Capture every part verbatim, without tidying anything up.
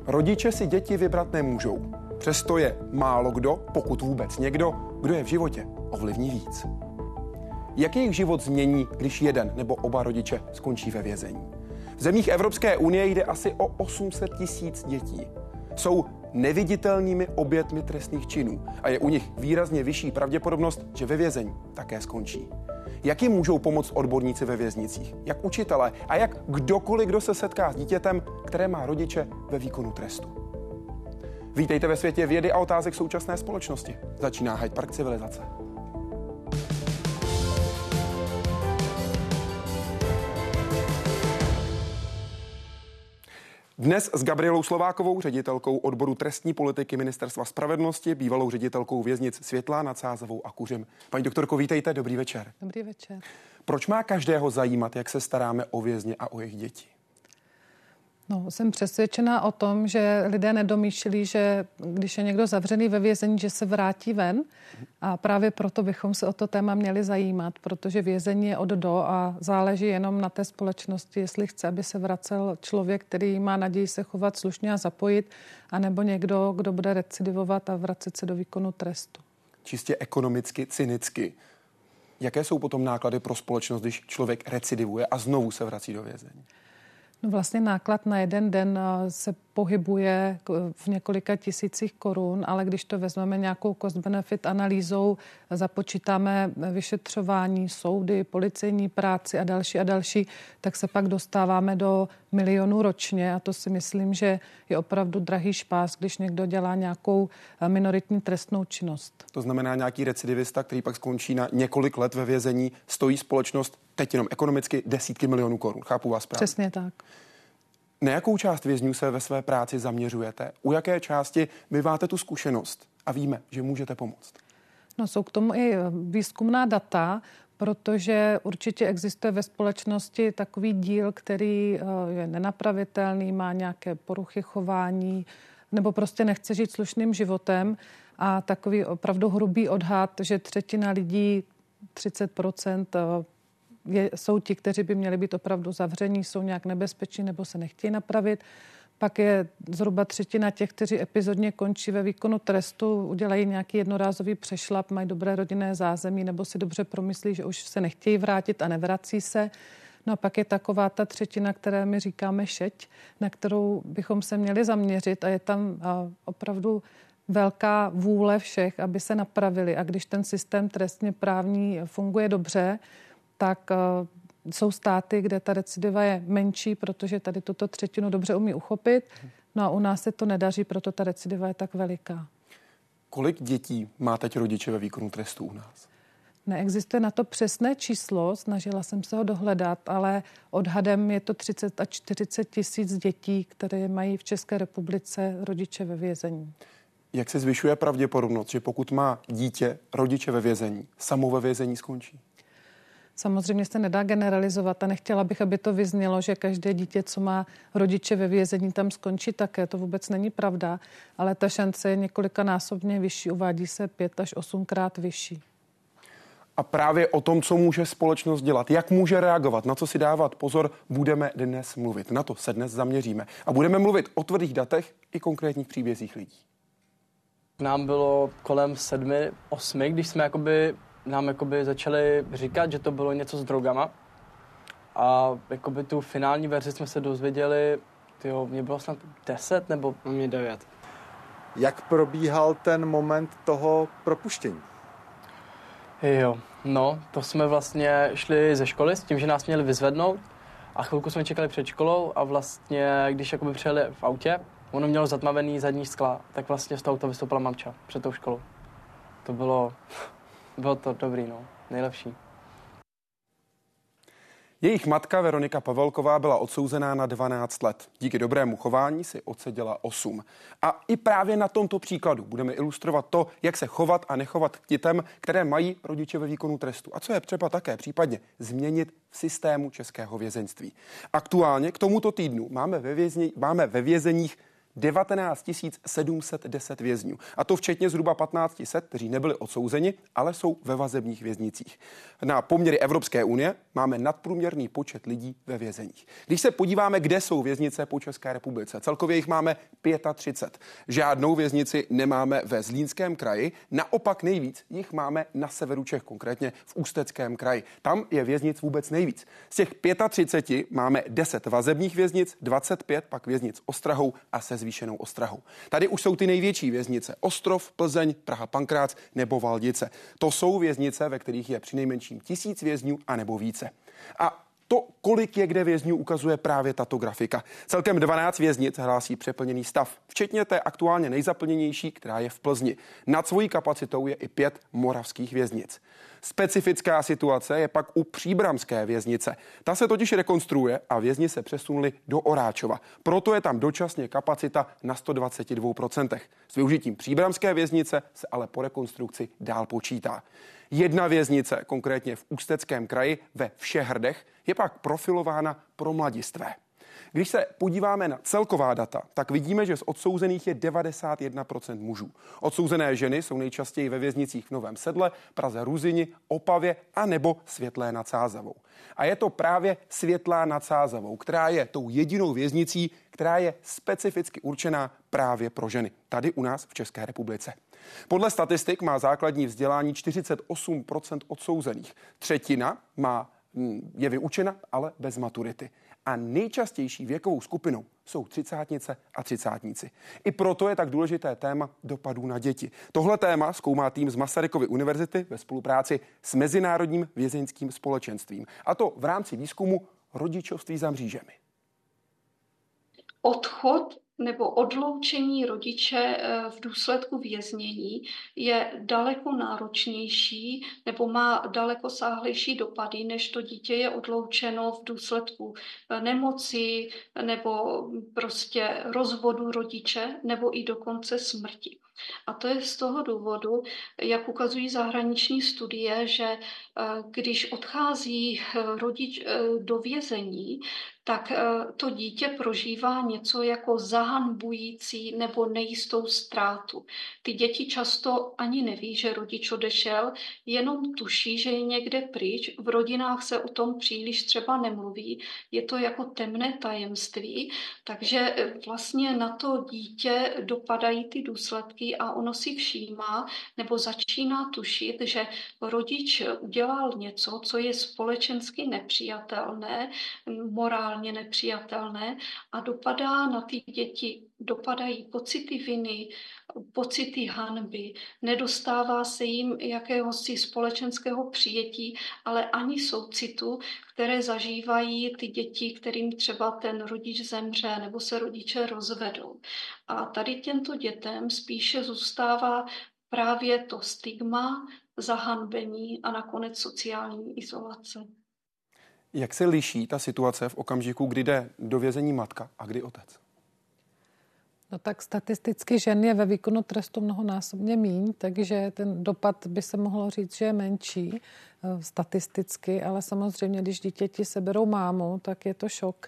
Rodiče si děti vybrat nemůžou. Přesto je málo kdo, pokud vůbec někdo, kdo je v životě ovlivní víc. Jak jejich život změní, když jeden nebo oba rodiče skončí ve vězení? V zemích Evropské unie jde asi o osm set tisíc dětí. Jsou neviditelnými obětmi trestných činů a je u nich výrazně vyšší pravděpodobnost, že ve vězení také skončí. Jak jim můžou pomoct odborníci ve věznicích? Jak učitelé a jak kdokoliv, kdo se setká s dítětem, které má rodiče ve výkonu trestu? Vítejte ve světě vědy a otázek současné společnosti. Začíná Hyde Park civilizace. Dnes s Gabrielou Slovákovou, ředitelkou odboru trestní politiky Ministerstva spravedlnosti, bývalou ředitelkou věznic Světlá nad Sázavou a Kuřim. Paní doktorko, vítejte, dobrý večer. Dobrý večer. Proč má každého zajímat, jak se staráme o vězně a o jejich děti? No, jsem přesvědčená o tom, že lidé nedomýšlí, že když je někdo zavřený ve vězení, že se vrátí ven. A právě proto bychom se o to téma měli zajímat, protože vězení je od do a záleží jenom na té společnosti, jestli chce, aby se vracel člověk, který má naději se chovat slušně a zapojit, anebo někdo, kdo bude recidivovat a vracet se do výkonu trestu. Čistě ekonomicky, cynicky. Jaké jsou potom náklady pro společnost, když člověk recidivuje a znovu se vrací do vězení? No vlastně náklad na jeden den se pohybuje v několika tisících korun, ale když to vezmeme nějakou cost-benefit analýzou, započítáme vyšetřování, soudy, policejní práci a další a další, tak se pak dostáváme do milionů ročně a to si myslím, že je opravdu drahý špás, když někdo dělá nějakou minoritní trestnou činnost. To znamená nějaký recidivista, který pak skončí na několik let ve vězení, stojí společnost teď jenom ekonomicky desítky milionů korun. Chápu vás správně? Přesně tak. Na jakou část vězňů se ve své práci zaměřujete? U jaké části vy máte tu zkušenost a víme, že můžete pomoct? No, jsou k tomu i výzkumná data, protože určitě existuje ve společnosti takový díl, který je nenapravitelný, má nějaké poruchy chování nebo prostě nechce žít slušným životem a takový opravdu hrubý odhad, že třetina lidí, třicet procent Je, jsou ti, kteří by měli být opravdu zavření, jsou nějak nebezpeční nebo se nechtějí napravit. Pak je zhruba třetina těch, kteří epizodně končí ve výkonu trestu, udělají nějaký jednorázový přešlap, mají dobré rodinné zázemí nebo si dobře promyslí, že už se nechtějí vrátit a nevrací se. No a pak je taková ta třetina, které my říkáme šeť, na kterou bychom se měli zaměřit a je tam opravdu velká vůle všech, aby se napravili. A když ten systém trestně právní funguje dobře, tak uh, jsou státy, kde ta recidiva je menší, protože tady tuto třetinu dobře umí uchopit. No a u nás se to nedaří, proto ta recidiva je tak veliká. Kolik dětí má teď rodiče ve výkonu trestu u nás? Neexistuje na to přesné číslo, snažila jsem se ho dohledat, ale odhadem je to třicet až čtyřicet tisíc dětí, které mají v České republice rodiče ve vězení. Jak se zvyšuje pravděpodobnost, že pokud má dítě rodiče ve vězení, samo ve vězení skončí? Samozřejmě se nedá generalizovat a nechtěla bych, aby to vyznělo, že každé dítě, co má rodiče ve vězení, tam skončí také. To vůbec není pravda, ale ta šance je několikanásobně vyšší, uvádí se pět až osmkrát vyšší. A právě o tom, co může společnost dělat, jak může reagovat, na co si dávat pozor, budeme dnes mluvit. Na to se dnes zaměříme. A budeme mluvit o tvrdých datech i konkrétních příbězích lidí. Nám bylo kolem sedmi, osmi, když jsme jakoby nám jakoby začali říkat, že to bylo něco s drogama. A jakoby tu finální verzi jsme se dozvěděli, tyjo, mě bylo snad deset nebo mě devět. Jak probíhal ten moment toho propuštění? Jo, no, to jsme vlastně šli ze školy s tím, že nás měli vyzvednout a chvilku jsme čekali před školou a vlastně, když jakoby přijeli v autě, ono mělo zatmavený zadní skla, tak vlastně z toho auta vystoupila mamča před tou školou. To bylo... Bylo to dobrý, no. Nejlepší. Jejich matka Veronika Pavelková byla odsouzená na dvanáct let. Díky dobrému chování si odseděla osm. A i právě na tomto příkladu budeme ilustrovat to, jak se chovat a nechovat k dětem, které mají rodiče ve výkonu trestu. A co je třeba také případně změnit v systému českého vězeňství. Aktuálně k tomuto týdnu máme ve, vězni, máme ve vězeních devatenáct tisíc sedm set deset vězňů. A to včetně zhruba patnáct set, kteří nebyli odsouzeni, ale jsou ve vazebních věznicích. Na poměry Evropské unie máme nadprůměrný počet lidí ve vězeních. Když se podíváme, kde jsou věznice po České republice, celkově jich máme třicet pět. Žádnou věznici nemáme ve Zlínském kraji, naopak nejvíc jich máme na severu Čech, konkrétně v Ústeckém kraji. Tam je věznic vůbec nejvíc. Z těch třicet pět máme deset vazebních věznic, dvacet pět pak věznic s ostrahou a se zvýšenou ostrahou. Tady už jsou ty největší věznice: Ostrov, Plzeň, Praha, Pankrác nebo Valdice. To jsou věznice, ve kterých je přinejmenším tisíc vězňů a nebo více. A to, kolik je kde vězňů, ukazuje právě tato grafika. Celkem dvanáct věznic hlásí přeplněný stav, včetně té aktuálně nejzaplněnější, která je v Plzni. Nad svojí kapacitou je i pět moravských věznic. Specifická situace je pak u příbramské věznice. Ta se totiž rekonstruuje a vězni se přesunuli do Oráčova. Proto je tam dočasně kapacita na sto dvacet dva procent. S využitím příbramské věznice se ale po rekonstrukci dál počítá. Jedna věznice, konkrétně v Ústeckém kraji ve Všehrdech, je pak profilována pro mladistvé. Když se podíváme na celková data, tak vidíme, že z odsouzených je devadesát jedna procent mužů. Odsouzené ženy jsou nejčastěji ve věznicích v Novém Sedle, Praze Ruzyni, Opavě a nebo Světlé nad Sázavou. A je to právě Světlá nad Sázavou, která je tou jedinou věznicí, která je specificky určená právě pro ženy. Tady u nás v České republice. Podle statistik má základní vzdělání čtyřicet osm procent odsouzených. Třetina má, je vyučena, ale bez maturity. A nejčastější věkovou skupinou jsou třicátnice a třicátníci. I proto je tak důležité téma dopadů na děti. Tohle téma zkoumá tým z Masarykovy univerzity ve spolupráci s Mezinárodním vězeňským společenstvím. A to v rámci výzkumu rodičovství za mřížemi. Odchod nebo odloučení rodiče v důsledku věznění je daleko náročnější nebo má daleko sáhlejší dopady, než to dítě je odloučeno v důsledku nemoci nebo prostě rozvodu rodiče nebo i dokonce smrti. A to je z toho důvodu, jak ukazují zahraniční studie, že když odchází rodič do vězení, tak to dítě prožívá něco jako zahanbující nebo nejistou ztrátu. Ty děti často ani neví, že rodič odešel, jenom tuší, že je někde pryč. V rodinách se o tom příliš třeba nemluví, je to jako temné tajemství, takže vlastně na to dítě dopadají ty důsledky a ono si všímá nebo začíná tušit, že rodič udělal něco, co je společensky nepřijatelné, morálně nepřijatelné a dopadá na ty děti, dopadají pocity viny, pocity hanby, nedostává se jim jakéhosi společenského přijetí, ale ani soucitu, které zažívají ty děti, kterým třeba ten rodič zemře nebo se rodiče rozvedou. A tady těmto dětem spíše zůstává právě to stigma, zahanbení a nakonec sociální izolace. Jak se liší ta situace v okamžiku, kdy jde do vězení matka a kdy otec? No tak statisticky žen je ve výkonu trestu mnohonásobně míň, takže ten dopad by se mohlo říct, že je menší statisticky, ale samozřejmě, když dítěti seberou mámu, tak je to šok.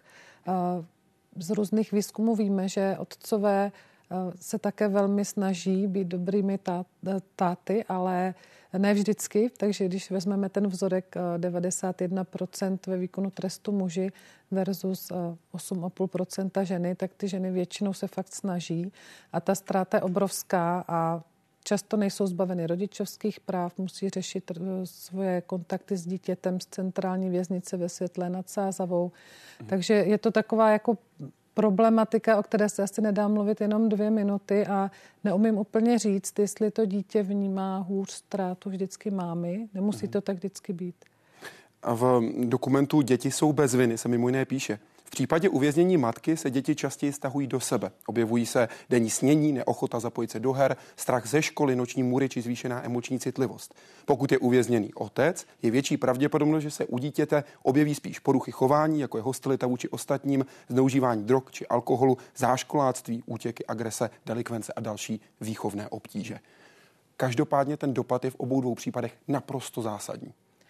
Z různých výzkumů víme, že otcové se také velmi snaží být dobrými táty, ale ne vždycky, takže když vezmeme ten vzorek devadesát jedna procent ve výkonu trestu muži versus osm celá pět procenta ženy, tak ty ženy většinou se fakt snaží a ta ztráta je obrovská a často nejsou zbaveny rodičovských práv, musí řešit svoje kontakty s dítětem z centrální věznice ve Světlé nad Sázavou. Mhm. Takže je to taková jako problematika, o které se asi nedá mluvit jenom dvě minuty a neumím úplně říct, jestli to dítě vnímá hůř ztrátu vždycky mámy. Nemusí to tak vždycky být. A v dokumentu Děti jsou bez viny se mimo jiné píše: v případě uvěznění matky se děti častěji stahují do sebe. Objevují se denní snění, neochota zapojit se do her, strach ze školy, noční můry či zvýšená emoční citlivost. Pokud je uvězněný otec, je větší pravděpodobnost, že se u dítěte objeví spíš poruchy chování, jako je hostilita vůči ostatním, zneužívání drog či alkoholu, záškoláctví, útěky, agrese, delikvence a další výchovné obtíže. Každopádně ten dopad je v obou dvou případech naprosto zásadní.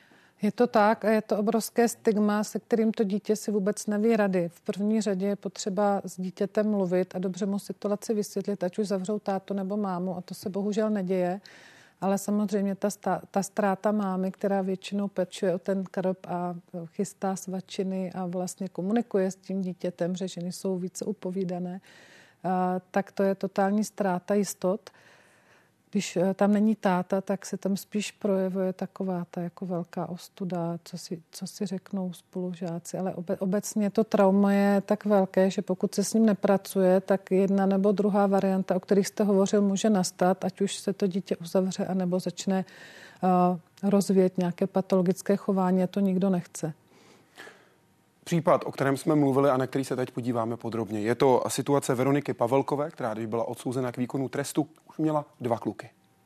Je to tak a je to obrovské stigma, se kterým to dítě si vůbec neví rady. V první řadě je potřeba s dítětem mluvit a dobře mu situaci vysvětlit, ať už zavřou tátu nebo mámu, a to se bohužel neděje. Ale samozřejmě ta, stá, ta ztráta mámy, která většinou pečuje o ten krb a chystá svačiny a vlastně komunikuje s tím dítětem, že ženy jsou více upovídané, tak to je totální ztráta jistot. Když tam není táta, tak se tam spíš projevuje taková ta jako velká ostuda, co si, co si řeknou spolužáci. Ale obe, obecně to trauma je tak velké, že pokud se s ním nepracuje, tak jedna nebo druhá varianta, o kterých jste hovořil, může nastat, ať už se to dítě uzavře, anebo začne uh, rozvíjet nějaké patologické chování, a to nikdo nechce. Případ, o kterém jsme mluvili a na který se teď podíváme podrobně. Je to situace Veroniky Pavelkové, která, když byla odsouzena k výkonu trestu, už měla dva kluky.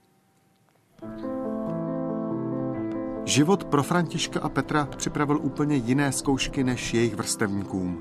Život pro Františka a Petra připravil úplně jiné zkoušky než jejich vrstevníkům.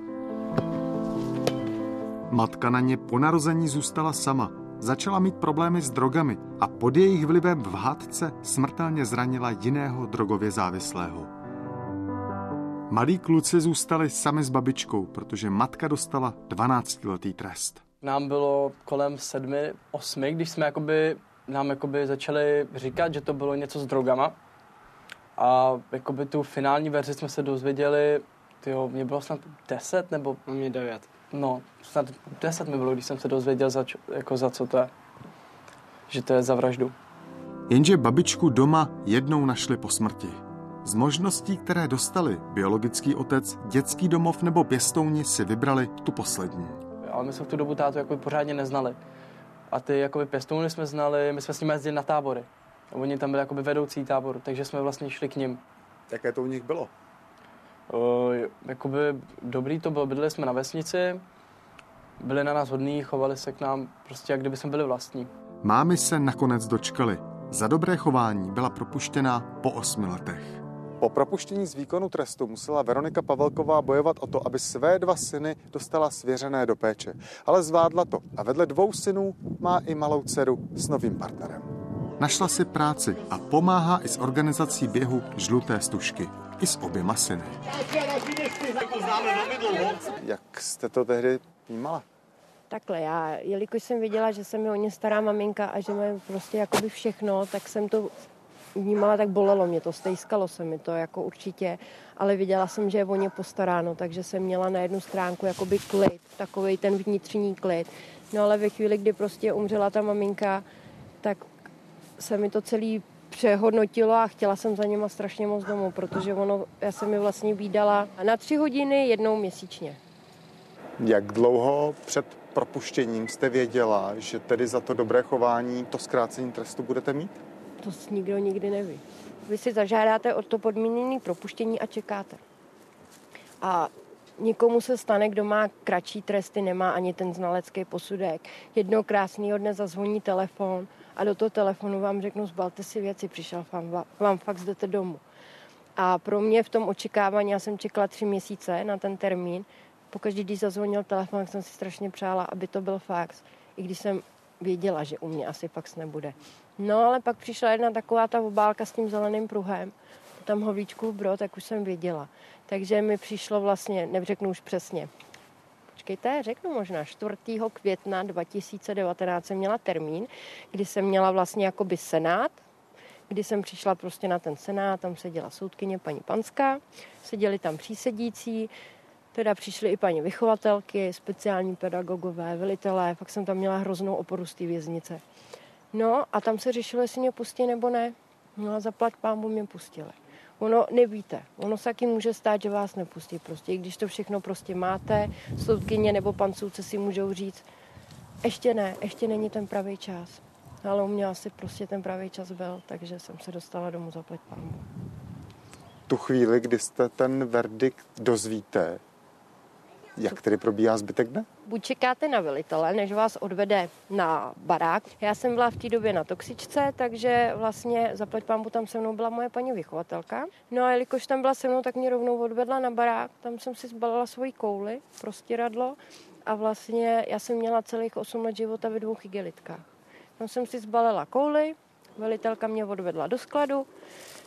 Matka na ně po narození zůstala sama. Začala mít problémy s drogami a pod jejich vlivem v hádce smrtelně zranila jiného drogově závislého. Malí kluci zůstali sami s babičkou, protože matka dostala dvanáctiletý trest. Nám bylo kolem sedmi, osmi, když jsme jakoby, nám jakoby začali říkat, že to bylo něco s drogama. A jakoby tu finální verzi jsme se dozvěděli, tyjo, mě bylo snad deset nebo... A mě devět. No, snad deset mi bylo, když jsem se dozvěděl, za, čo, jako za co to je. Že to je za vraždu. Jenže babičku doma jednou našli po smrti. Z možností, které dostali, biologický otec, dětský domov nebo pěstouni si vybrali tu poslední. Ale my jsme v tu dobu tátu jako pořádně neznali. A ty jakoby pěstouny jsme znali, my jsme s nimi jezdili na tábory. A oni tam byli jakoby vedoucí táboru, takže jsme vlastně šli k nim. Jaké to u nich bylo? O, jakoby dobrý to bylo, bydleli jsme na vesnici, byli na nás hodní, chovali se k nám prostě, jak kdyby jsme byli vlastní. Mámy se nakonec dočkali. Za dobré chování byla propuštěna po osmi letech. Po propuštění z výkonu trestu musela Veronika Pavelková bojovat o to, aby své dva syny dostala svěřené do péče. Ale zvládla to a vedle dvou synů má i malou dceru s novým partnerem. Našla si práci a pomáhá i s organizací běhu Žluté stužky. I s oběma syny. Jak jste to tehdy vnímala? Takhle, já, jelikož jsem viděla, že se mi o ně stará maminka a že mají prostě jakoby všechno, tak jsem to vnímala, tak bolelo mě to, stejskalo se mi to jako určitě, ale viděla jsem, že je o ně postaráno, takže jsem měla na jednu stránku jakoby klid, takovej ten vnitřní klid. No ale ve chvíli, kdy prostě umřela ta maminka, tak se mi to celý přehodnotilo a chtěla jsem za něma strašně moc domů, protože ono, já jsem mi vlastně vídala na tři hodiny jednou měsíčně. Jak dlouho před propuštěním jste věděla, že tedy za to dobré chování to zkrácení trestu budete mít? To nikdo nikdy neví. Vy si zažádáte o to podmíněné propuštění a čekáte. A nikomu se stane, kdo má kratší tresty, nemá ani ten znalecký posudek. Jednoho krásného dne zazvoní telefon a do toho telefonu vám řeknou, zbalte si věci, přišel vám, vám fakt jdete domů. A pro mě v tom očekávání, já jsem čekala tři měsíce na ten termín, pokaždé, když zazvonil telefon, tak jsem si strašně přála, aby to byl fax, i když jsem věděla, že u mě asi fax nebude. No ale pak přišla jedna taková ta obálka s tím zeleným pruhem, tam Havlíčkův Brod, tak už jsem věděla. Takže mi přišlo vlastně, neřeknu už přesně, počkejte, řeknu možná čtvrtého května dva tisíce devatenáct jsem měla termín, kdy jsem měla vlastně jakoby senát, kdy jsem přišla prostě na ten senát, tam seděla soudkyně paní Panská, seděli tam přísedící, teda přišly i paní vychovatelky, speciální pedagogové, velitelé, pak jsem tam měla hroznou oporu z té věznice. No a tam se řešilo, jestli mě pustí nebo ne. No a zaplať pánbu mě pustili. Ono nevíte, ono se taky může stát, že vás nepustí prostě, i když to všechno prostě máte, soudkyně nebo pan soudce si můžou říct, ještě ne, ještě není ten pravý čas. Ale u mě asi prostě ten pravý čas byl, takže jsem se dostala domů zaplať pánbu. Tu chvíli, kdy jste ten verdikt dozvíte, jak tedy probíhá zbytek dne? Buď čekáte na velitele, než vás odvede na barák. Já jsem byla v té době na toxičce, takže vlastně zaplať pánbu tam se mnou byla moje paní vychovatelka. No a jelikož tam byla se mnou, tak mě rovnou odvedla na barák. Tam jsem si zbalila svoji kouli, prostěradlo a vlastně já jsem měla celých osm let života ve dvou igelitkách. Tam jsem si zbalila kouli, velitelka mě odvedla do skladu.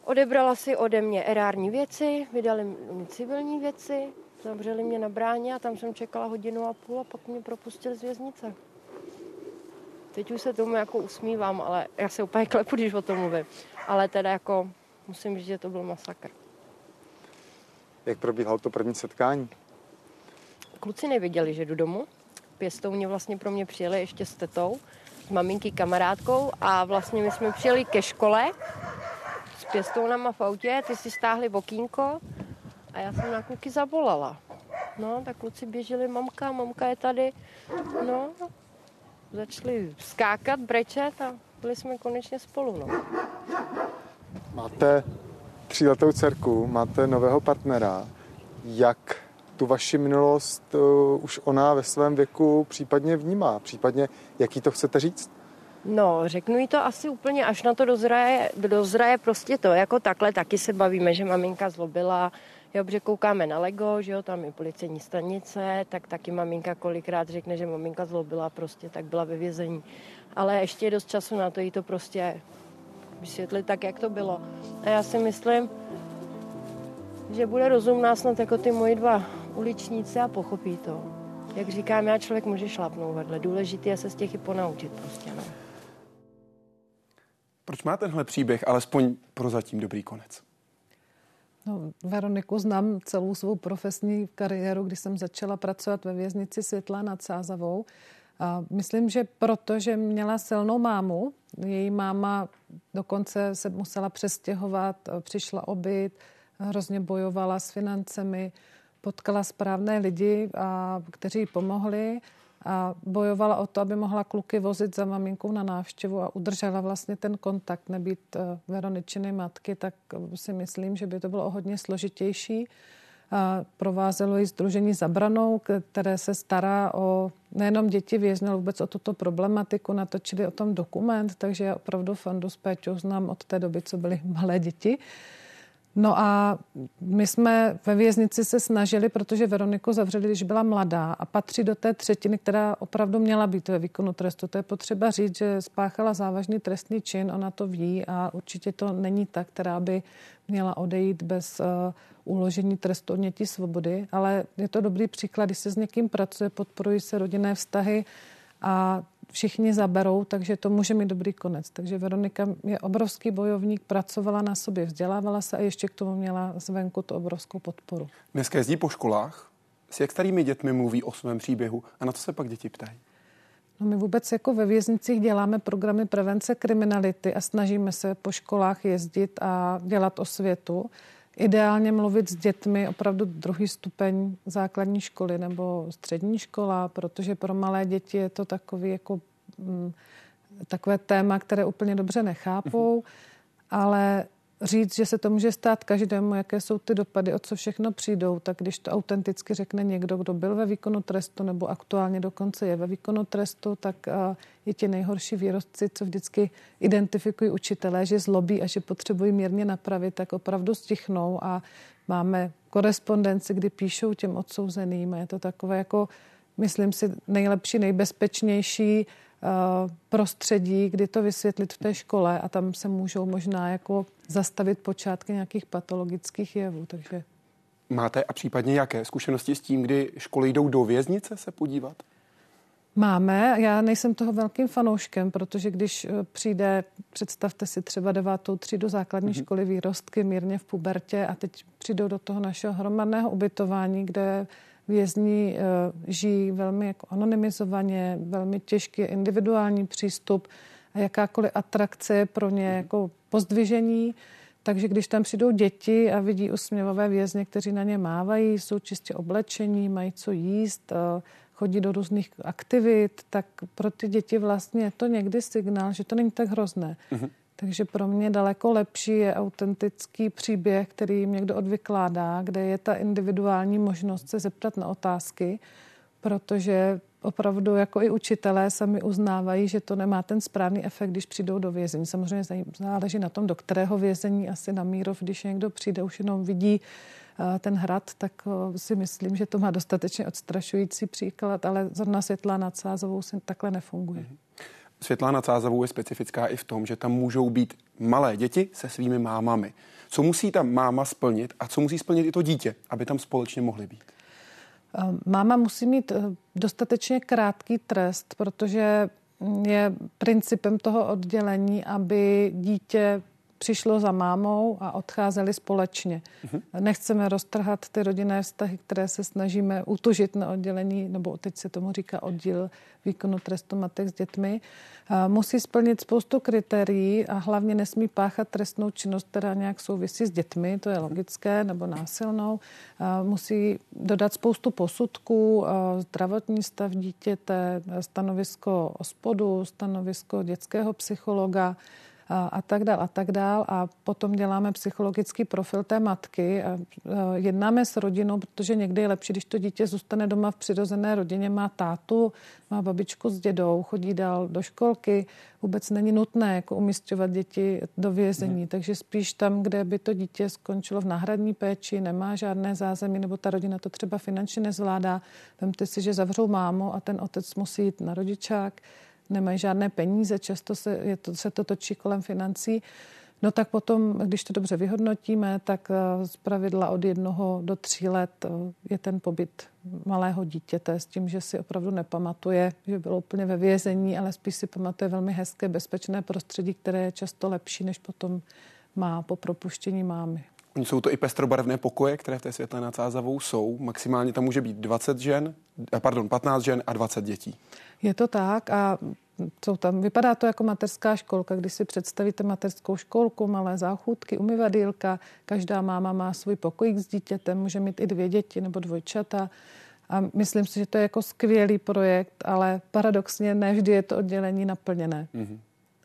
Odebrala si ode mě erární věci, vydali mi civilní věci, zavřeli mě na bráně a tam jsem čekala hodinu a půl a pak mě propustili z věznice. Teď už se tomu jako usmívám, ale já se úplně klepu, když o tom mluvím. Ale teda jako musím říct, že to byl masakr. Jak probíhalo to první setkání? Kluci nevěděli, že jdu domů. Pěstouni vlastně pro mě přijeli ještě s tetou, s maminky kamarádkou a vlastně my jsme přijeli ke škole s pěstounama v autě, ty si stáhli okýnko a já jsem na kluky zavolala. No, tak kluci běželi, mamka, mamka je tady. No, začali skákat, brečet a byli jsme konečně spolu, no. Máte tříletou dcerku, máte nového partnera. Jak tu vaši minulost uh, už ona ve svém věku případně vnímá? Případně, jaký to chcete říct? No, řeknu jí to asi úplně, až na to dozraje, dozraje prostě to, jako takhle taky se bavíme, že maminka zlobila, jo, protože koukáme na Lego, že jo, tam je policejní stanice, tak taky maminka kolikrát řekne, že maminka zlobila prostě, tak byla ve vězení. Ale ještě je dost času na to jí to prostě vysvětlit tak, jak to bylo. A já si myslím, že bude rozumná snad jako ty moji dva uličníci a pochopí to. Jak říkám, já člověk může šlapnout vedle. Důležité je se z těch i ponaučit prostě, no. Proč má tenhle příběh alespoň prozatím dobrý konec? No, Veroniku znám celou svou profesní kariéru, kdy jsem začala pracovat ve věznici Světlá nad Sázavou. A myslím, že protože měla silnou mámu, její máma dokonce se musela přestěhovat, přišla o byt, hrozně bojovala s financemi, potkala správné lidi, a, kteří jí pomohli a bojovala o to, aby mohla kluky vozit za maminkou na návštěvu a udržela vlastně ten kontakt, nebýt Veroničiny matky, tak si myslím, že by to bylo hodně složitější. A provázelo ji Sdružení Za branou, které se stará o nejenom děti vězňů, ale vůbec o tuto problematiku, natočili o tom dokument, takže já opravdu Fandu s Péťou znám od té doby, co byly malé děti. No a my jsme ve věznici se snažili, protože Veroniku zavřeli, když byla mladá a patří do té třetiny, která opravdu měla být ve výkonu trestu. To je potřeba říct, že spáchala závažný trestný čin, ona to ví a určitě to není ta, která by měla odejít bez uh, uložení trestu odnětí svobody, ale je to dobrý příklad, když se s někým pracuje, podporují se rodinné vztahy a všichni zaberou, takže to může mít dobrý konec. Takže Veronika je obrovský bojovník, pracovala na sobě, vzdělávala se a ještě k tomu měla zvenku tu obrovskou podporu. Dneska jezdí po školách, s jak starými dětmi mluví o svém příběhu a na co se pak děti ptají? No my vůbec jako ve věznicích děláme programy prevence kriminality a snažíme se po školách jezdit a dělat osvětu. Ideálně mluvit s dětmi opravdu druhý stupeň základní školy nebo střední škola, protože pro malé děti je to takový jako m, takové téma, které úplně dobře nechápou, mm-hmm. ale říct, že se to může stát každému, jaké jsou ty dopady, o co všechno přijdou, tak když to autenticky řekne někdo, kdo byl ve výkonu trestu nebo aktuálně dokonce je ve výkonu trestu, tak je ti nejhorší výrostci, co vždycky identifikují učitelé, že zlobí a že potřebují mírně napravit, tak opravdu stichnou a máme korespondenci, kdy píšou těm odsouzeným. Je to takové jako, myslím si, nejlepší, nejbezpečnější prostředí, kdy to vysvětlit v té škole a tam se můžou možná jako zastavit počátky nějakých patologických jevů. Takže... Máte a případně jaké zkušenosti s tím, kdy školy jdou do věznice se podívat? Máme. Já nejsem toho velkým fanouškem, protože když přijde, představte si třeba devátou třídu základní mm-hmm. školy výrostky mírně v pubertě a teď přijdou do toho našeho hromadného ubytování, kde vězni žijí velmi jako anonymizovaně, velmi těžký individuální přístup a jakákoliv atrakce je pro ně jako pozdvižení. Takže když tam přijdou děti a vidí usměvavé vězně, kteří na ně mávají, jsou čistě oblečení, mají co jíst, chodí do různých aktivit, tak pro ty děti vlastně je to někdy signál, že to není tak hrozné. Mm-hmm. Takže pro mě daleko lepší je autentický příběh, který jim někdo odvykládá, kde je ta individuální možnost se zeptat na otázky, protože opravdu jako i učitelé sami uznávají, že to nemá ten správný efekt, když přijdou do vězení. Samozřejmě záleží na tom, do kterého vězení, asi na Mírov, když někdo přijde, už jenom vidí ten hrad, tak si myslím, že to má dostatečně odstrašující příklad, ale zrovna Světlá nad Sázavou si takhle nefunguje. Světlá nad Sázavou je specifická i v tom, že tam můžou být malé děti se svými mámami. Co musí ta máma splnit a co musí splnit i to dítě, aby tam společně mohli být? Máma musí mít dostatečně krátký trest, protože je principem toho oddělení, aby dítě přišlo za mámou a odcházeli společně. Uh-huh. Nechceme roztrhat ty rodinné vztahy, které se snažíme utužit na oddělení, nebo teď se tomu říká oddíl výkonu trestu matek s dětmi. Musí splnit spoustu kritérií a hlavně nesmí páchat trestnou činnost, která nějak souvisí s dětmi, to je logické, nebo násilnou. Musí dodat spoustu posudků, zdravotní stav dítěte, stanovisko OSPODu, stanovisko dětského psychologa, a tak dál a tak dál. A potom děláme psychologický profil té matky a jednáme s rodinou, protože někdy je lepší, když to dítě zůstane doma v přirozené rodině, má tátu, má babičku s dědou, chodí dál do školky. Vůbec není nutné jako umisťovat děti do vězení. Hmm. Takže spíš tam, kde by to dítě skončilo v náhradní péči, nemá žádné zázemí, nebo ta rodina to třeba finančně nezvládá. Vemte si, že zavřou mámu a ten otec musí jít na rodičák, nemají žádné peníze, často se, je to, se to točí kolem financí. No tak potom, když to dobře vyhodnotíme, tak zpravidla od jednoho do tří let je ten pobyt malého dítěte s tím, že si opravdu nepamatuje, že bylo úplně ve vězení, ale spíš si pamatuje velmi hezké, bezpečné prostředí, které je často lepší, než potom má po propuštění mámy. Oni jsou to i pestrobarevné pokoje, které v té Světlé nad Sázavou jsou. Maximálně tam může být dvacet žen, pardon, patnáct žen a dvacet dětí. Je to tak a jsou tam, vypadá to jako mateřská školka, když si představíte mateřskou školku, malé záchůdky, umyvadýlka, každá máma má svůj pokojík s dítětem, může mít i dvě děti nebo dvojčata. A myslím si, že to je jako skvělý projekt, ale paradoxně ne vždy je to oddělení naplněné. Mm-hmm.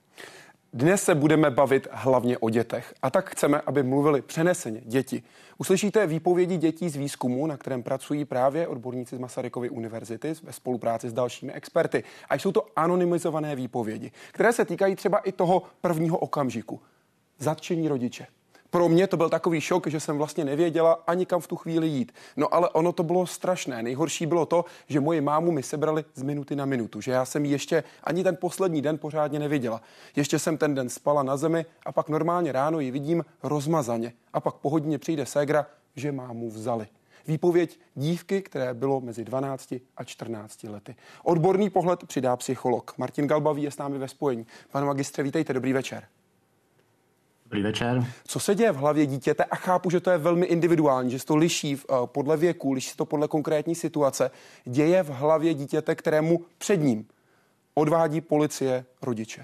Dnes se budeme bavit hlavně o dětech a tak chceme, aby mluvili přeneseně děti. Uslyšíte výpovědi dětí z výzkumu, na kterém pracují právě odborníci z Masarykovy univerzity ve spolupráci s dalšími experty. A jsou to anonymizované výpovědi, které se týkají třeba i toho prvního okamžiku. Zatčení rodiče. Pro mě to byl takový šok, že jsem vlastně nevěděla ani kam v tu chvíli jít. No ale ono to bylo strašné. Nejhorší bylo to, že moji mámu mi sebrali z minuty na minutu, že já jsem ji ještě ani ten poslední den pořádně neviděla. Ještě jsem ten den spala na zemi a pak normálně ráno ji vidím rozmazaně. A pak po hodině přijde ségra, že mámu vzali. Výpověď dívky, které bylo mezi dvanácti a čtrnácti lety. Odborný pohled přidá psycholog. Martin Galbavý je s námi ve spojení. Pane magistře, vítejte, dobrý večer. Dobrý večer. Co se děje v hlavě dítěte? A chápu, že to je velmi individuální, že se to liší v, uh, podle věku, liší se to podle konkrétní situace. Děje v hlavě dítěte, kterému před ním odvádí policie rodiče.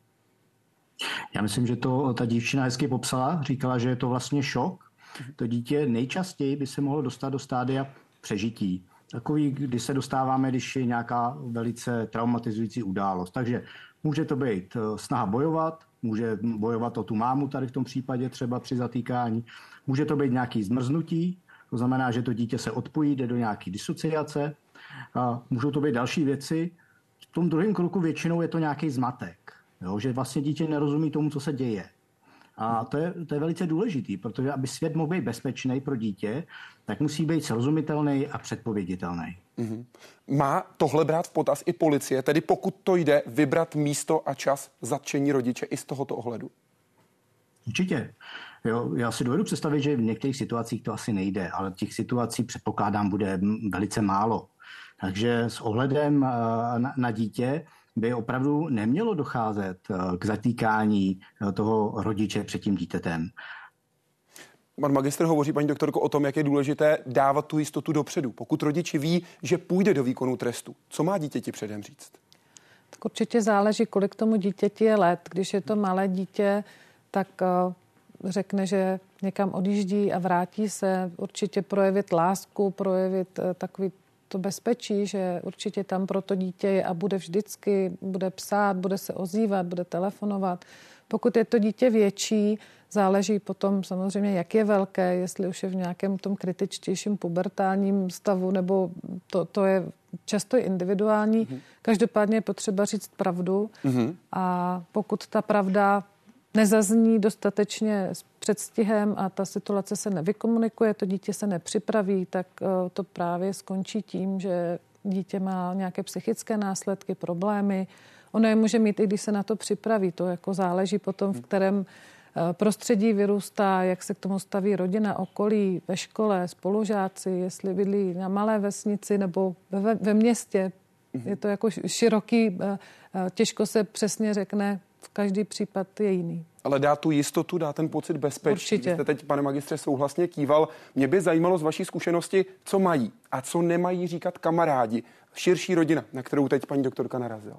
Já myslím, že to ta dívčina hezky popsala. Říkala, že je to vlastně šok. To dítě nejčastěji by se mohlo dostat do stádia přežití. Takový, kdy se dostáváme, když je nějaká velice traumatizující událost. Takže může to být snaha bojovat, může bojovat o tu mámu tady v tom případě třeba při zatýkání. Může to být nějaký zmrznutí, to znamená, že to dítě se odpojí, jde do nějaké disociace. A můžou to být další věci. V tom druhém kroku většinou je to nějaký zmatek, jo? Že vlastně dítě nerozumí tomu, co se děje. A to je, to je velice důležitý, protože aby svět mohl být bezpečný pro dítě, tak musí být srozumitelný a předpověditelný. Mm-hmm. Má tohle brát v potaz i policie, tedy pokud to jde, vybrat místo a čas zatčení rodiče i z tohoto ohledu? Určitě. Jo, já si dovedu představit, že v některých situacích to asi nejde, ale těch situací předpokládám bude velice málo. Takže s ohledem na, na dítě by opravdu nemělo docházet k zatýkání toho rodiče před tím dítětem. Pan magistr hovoří, paní doktorko, o tom, jak je důležité dávat tu jistotu dopředu. Pokud rodič ví, že půjde do výkonu trestu, co má dítěti předem říct? Tak určitě záleží, kolik tomu dítěti je let. Když je to malé dítě, tak řekne, že někam odjíždí a vrátí se. Určitě projevit lásku, projevit takový to bezpečí, že určitě tam pro to dítě je a bude vždycky, bude psát, bude se ozývat, bude telefonovat. Pokud je to dítě větší, záleží potom samozřejmě, jak je velké, jestli už je v nějakém tom kritičtějším pubertálním stavu, nebo to, to je často individuální. Mm-hmm. Každopádně je potřeba říct pravdu mm-hmm. a pokud ta pravda nezazní dostatečně s předstihem a ta situace se nevykomunikuje, to dítě se nepřipraví, tak to právě skončí tím, že dítě má nějaké psychické následky, problémy, Ono je může mít, i když se na to připraví. To jako záleží potom, v kterém prostředí vyrůstá, jak se k tomu staví rodina, okolí, ve škole, spolužáci, jestli bydlí na malé vesnici nebo ve, ve městě. Je to jako široký, těžko se přesně řekne, v každý případ je jiný. Ale dá tu jistotu, dá ten pocit bezpečí. Určitě. Vy jste teď, pane magistře, souhlasně kýval. Mě by zajímalo z vaší zkušenosti, co mají a co nemají říkat kamarádi, širší rodina, na kterou teď paní doktorka narazila.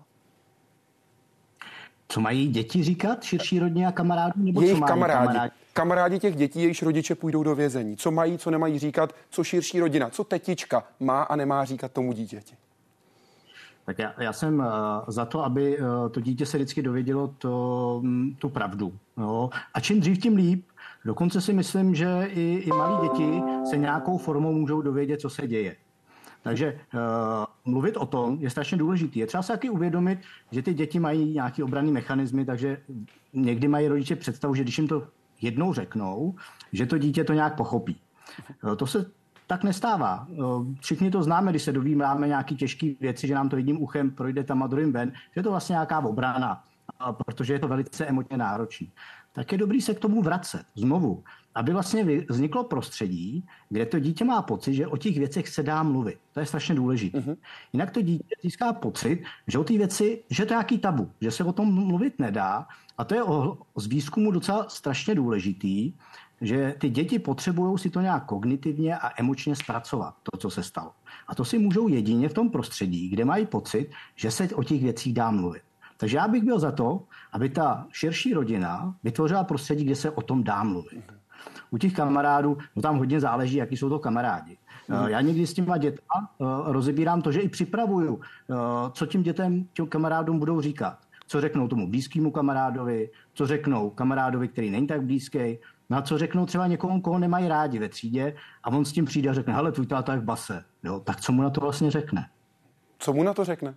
Co mají děti říkat širší rodině a kamarádům? Nebo jejich co mají kamarádi. kamarádi? Kamarádi těch dětí, jejichž rodiče půjdou do vězení. Co mají, co nemají říkat, co širší rodina, co tetička má a nemá říkat tomu dítěti. Tak já, já jsem uh, za to, aby uh, to dítě se vždycky dovědělo to, um, tu pravdu. Jo? A čím dřív, tím líp. Dokonce si myslím, že i, i malí děti se nějakou formou můžou dovědět, co se děje. Takže uh, mluvit o tom je strašně důležité. Je třeba se taky uvědomit, že ty děti mají nějaký obranný mechanismy, takže někdy mají rodiče představu, že když jim to jednou řeknou, že to dítě to nějak pochopí. Uh, to se tak nestává. Všichni to známe, když se dovímáme nějaké těžké věci, že nám to jedním uchem projde tam a druhým ven, že je to vlastně nějaká obrana, protože je to velice emočně náročné. Tak je dobrý se k tomu vracet znovu, aby vlastně vzniklo prostředí, kde to dítě má pocit, že o těch věcech se dá mluvit. To je strašně důležité. Uh-huh. Jinak to dítě získá pocit, že o té věci, že to je nějaký tabu, že se o tom mluvit nedá. A to je o, z výzkumu docela strašně důležitý, že ty děti potřebují si to nějak kognitivně a emočně zpracovat, to, co se stalo. A to si můžou jedině v tom prostředí, kde mají pocit, že se o těch věcích dá mluvit. Takže já bych byl za to, aby ta širší rodina vytvořila prostředí, kde se o tom dá mluvit. U těch kamarádů, no tam hodně záleží, jaký jsou to kamarádi. Já někdy s těma dětma rozebírám to, že i připravuju, co tím dětem, těm kamarádům budou říkat. Co řeknou tomu blízkému kamarádovi, co řeknou kamarádovi, který není tak blízký, na co řeknou třeba někomu, koho nemají rádi ve třídě a on s tím přijde a řekne, hele, tvůj táta je v base. Jo, tak co mu na to vlastně řekne? Co mu na to řekne?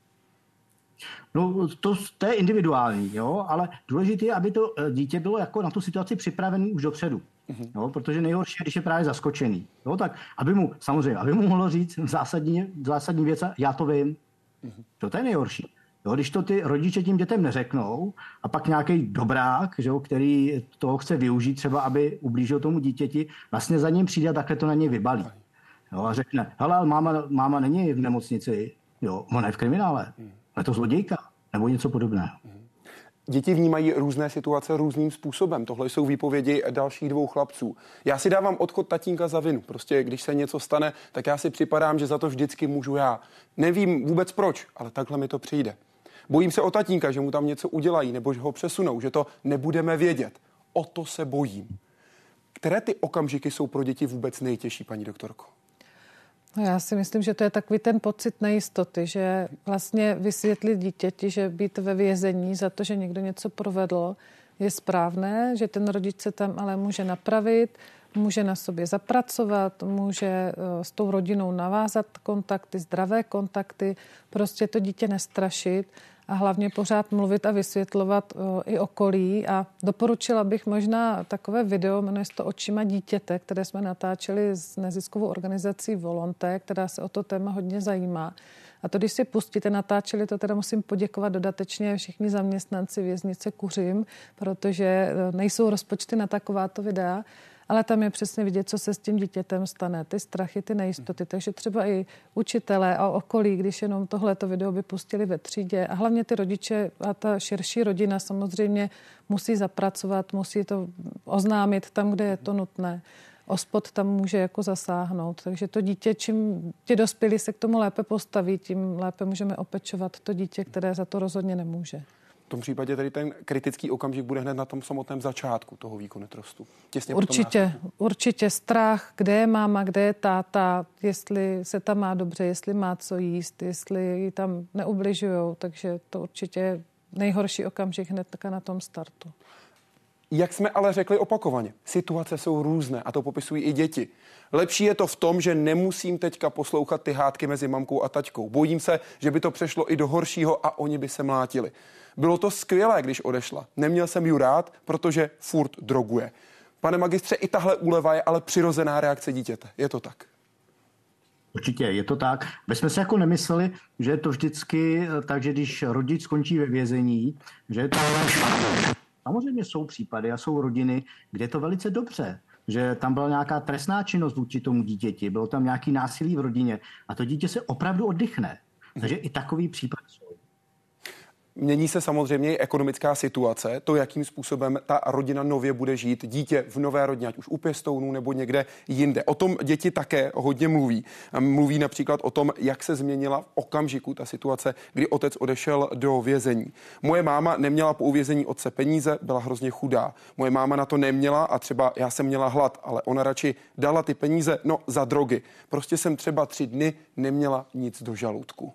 No, to, to je individuální, jo, ale důležité je, aby to dítě bylo jako na tu situaci připravené už dopředu. Mm-hmm. Jo, protože nejhorší je, když je právě zaskočený. Jo, tak aby mu, samozřejmě, aby mu mohlo říct zásadní, zásadní věc, já to vím. Mm-hmm. To, to je nejhorší. Jo, když to ty rodiče tím dětem neřeknou a pak nějaký dobrák, že jo, který toho chce využít třeba, aby ublížil tomu dítěti, vlastně za ním přijde a takhle to na něj vybalí. Jo, a řekne, hele, ale máma, máma není v nemocnici, jo, ona je v kriminále, je to zlodějka nebo něco podobného. Děti vnímají různé situace různým způsobem. Tohle jsou výpovědi dalších dvou chlapců. Já si dávám odchod tatínka za vinu. Prostě když se něco stane, tak já si připadám, že za to vždycky můžu já. Nevím vůbec proč, ale takhle mi to přijde. Bojím se o tatínka, že mu tam něco udělají nebo že ho přesunou, že to nebudeme vědět. O to se bojím. Které ty okamžiky jsou pro děti vůbec nejtěžší, paní doktorko? No já si myslím, že to je takový ten pocit nejistoty, že vlastně vysvětlit dítěti, že být ve vězení za to, že někdo něco provedl, je správné, že ten rodič se tam ale může napravit, může na sobě zapracovat, může s tou rodinou navázat kontakty, zdravé kontakty, prostě to dítě nestrašit a hlavně pořád mluvit a vysvětlovat i okolí. A doporučila bych možná takové video, jmenuje se to Očima dítěte, které jsme natáčeli s neziskovou organizací Volonté, která se o to téma hodně zajímá. A to, když si pustíte, natáčeli to, teda musím poděkovat dodatečně všichni zaměstnanci věznice Kuřim, protože nejsou rozpočty na takováto videa, ale tam je přesně vidět, co se s tím dítětem stane, ty strachy, ty nejistoty. Takže třeba i učitelé a okolí, když jenom tohleto video by pustili ve třídě a hlavně ty rodiče a ta širší rodina samozřejmě musí zapracovat, musí to oznámit tam, kde je to nutné. Ospod tam může jako zasáhnout. Takže to dítě, čím ti dospělí se k tomu lépe postaví, tím lépe můžeme opečovat to dítě, které za to rozhodně nemůže. V tom případě tady ten kritický okamžik bude hned na tom samotném začátku toho výkonu trestu. Těsně určitě, určitě strach, kde je máma, kde je táta, jestli se tam má dobře, jestli má co jíst, jestli ji tam neubližujou, takže to určitě je nejhorší okamžik hned na tom startu. Jak jsme ale řekli opakovaně, situace jsou různé a to popisují i děti. Lepší je to v tom, že nemusím teďka poslouchat ty hádky mezi mamkou a taťkou. Bojím se, že by to přešlo i do horšího a oni by se mlátili. Bylo to skvělé, když odešla. Neměl jsem ji rád, protože furt droguje. Pane magistře, i tahle úleva je ale přirozená reakce dítěte. Je to tak? Určitě, je to tak. My jsme si jako nemysleli, že je to vždycky tak, že když rodič skončí ve vězení, že je to... Samozřejmě jsou případy a jsou rodiny, kde je to velice dobře, že tam byla nějaká trestná činnost vůči tomu dítěti, bylo tam nějaký násilí v rodině a to dítě se opravdu oddychne. Takže i takový případ jsou. Mění se samozřejmě i ekonomická situace, to, jakým způsobem ta rodina nově bude žít, dítě v nové rodině, ať už u pěstounů nebo někde jinde. O tom děti také hodně mluví. Mluví například o tom, jak se změnila v okamžiku ta situace, kdy otec odešel do vězení. Moje máma neměla po uvězení otce peníze, byla hrozně chudá. Moje máma na to neměla a třeba já jsem měla hlad, ale ona radši dala ty peníze, no, za drogy. Prostě jsem třeba tři dny neměla nic do žaludku.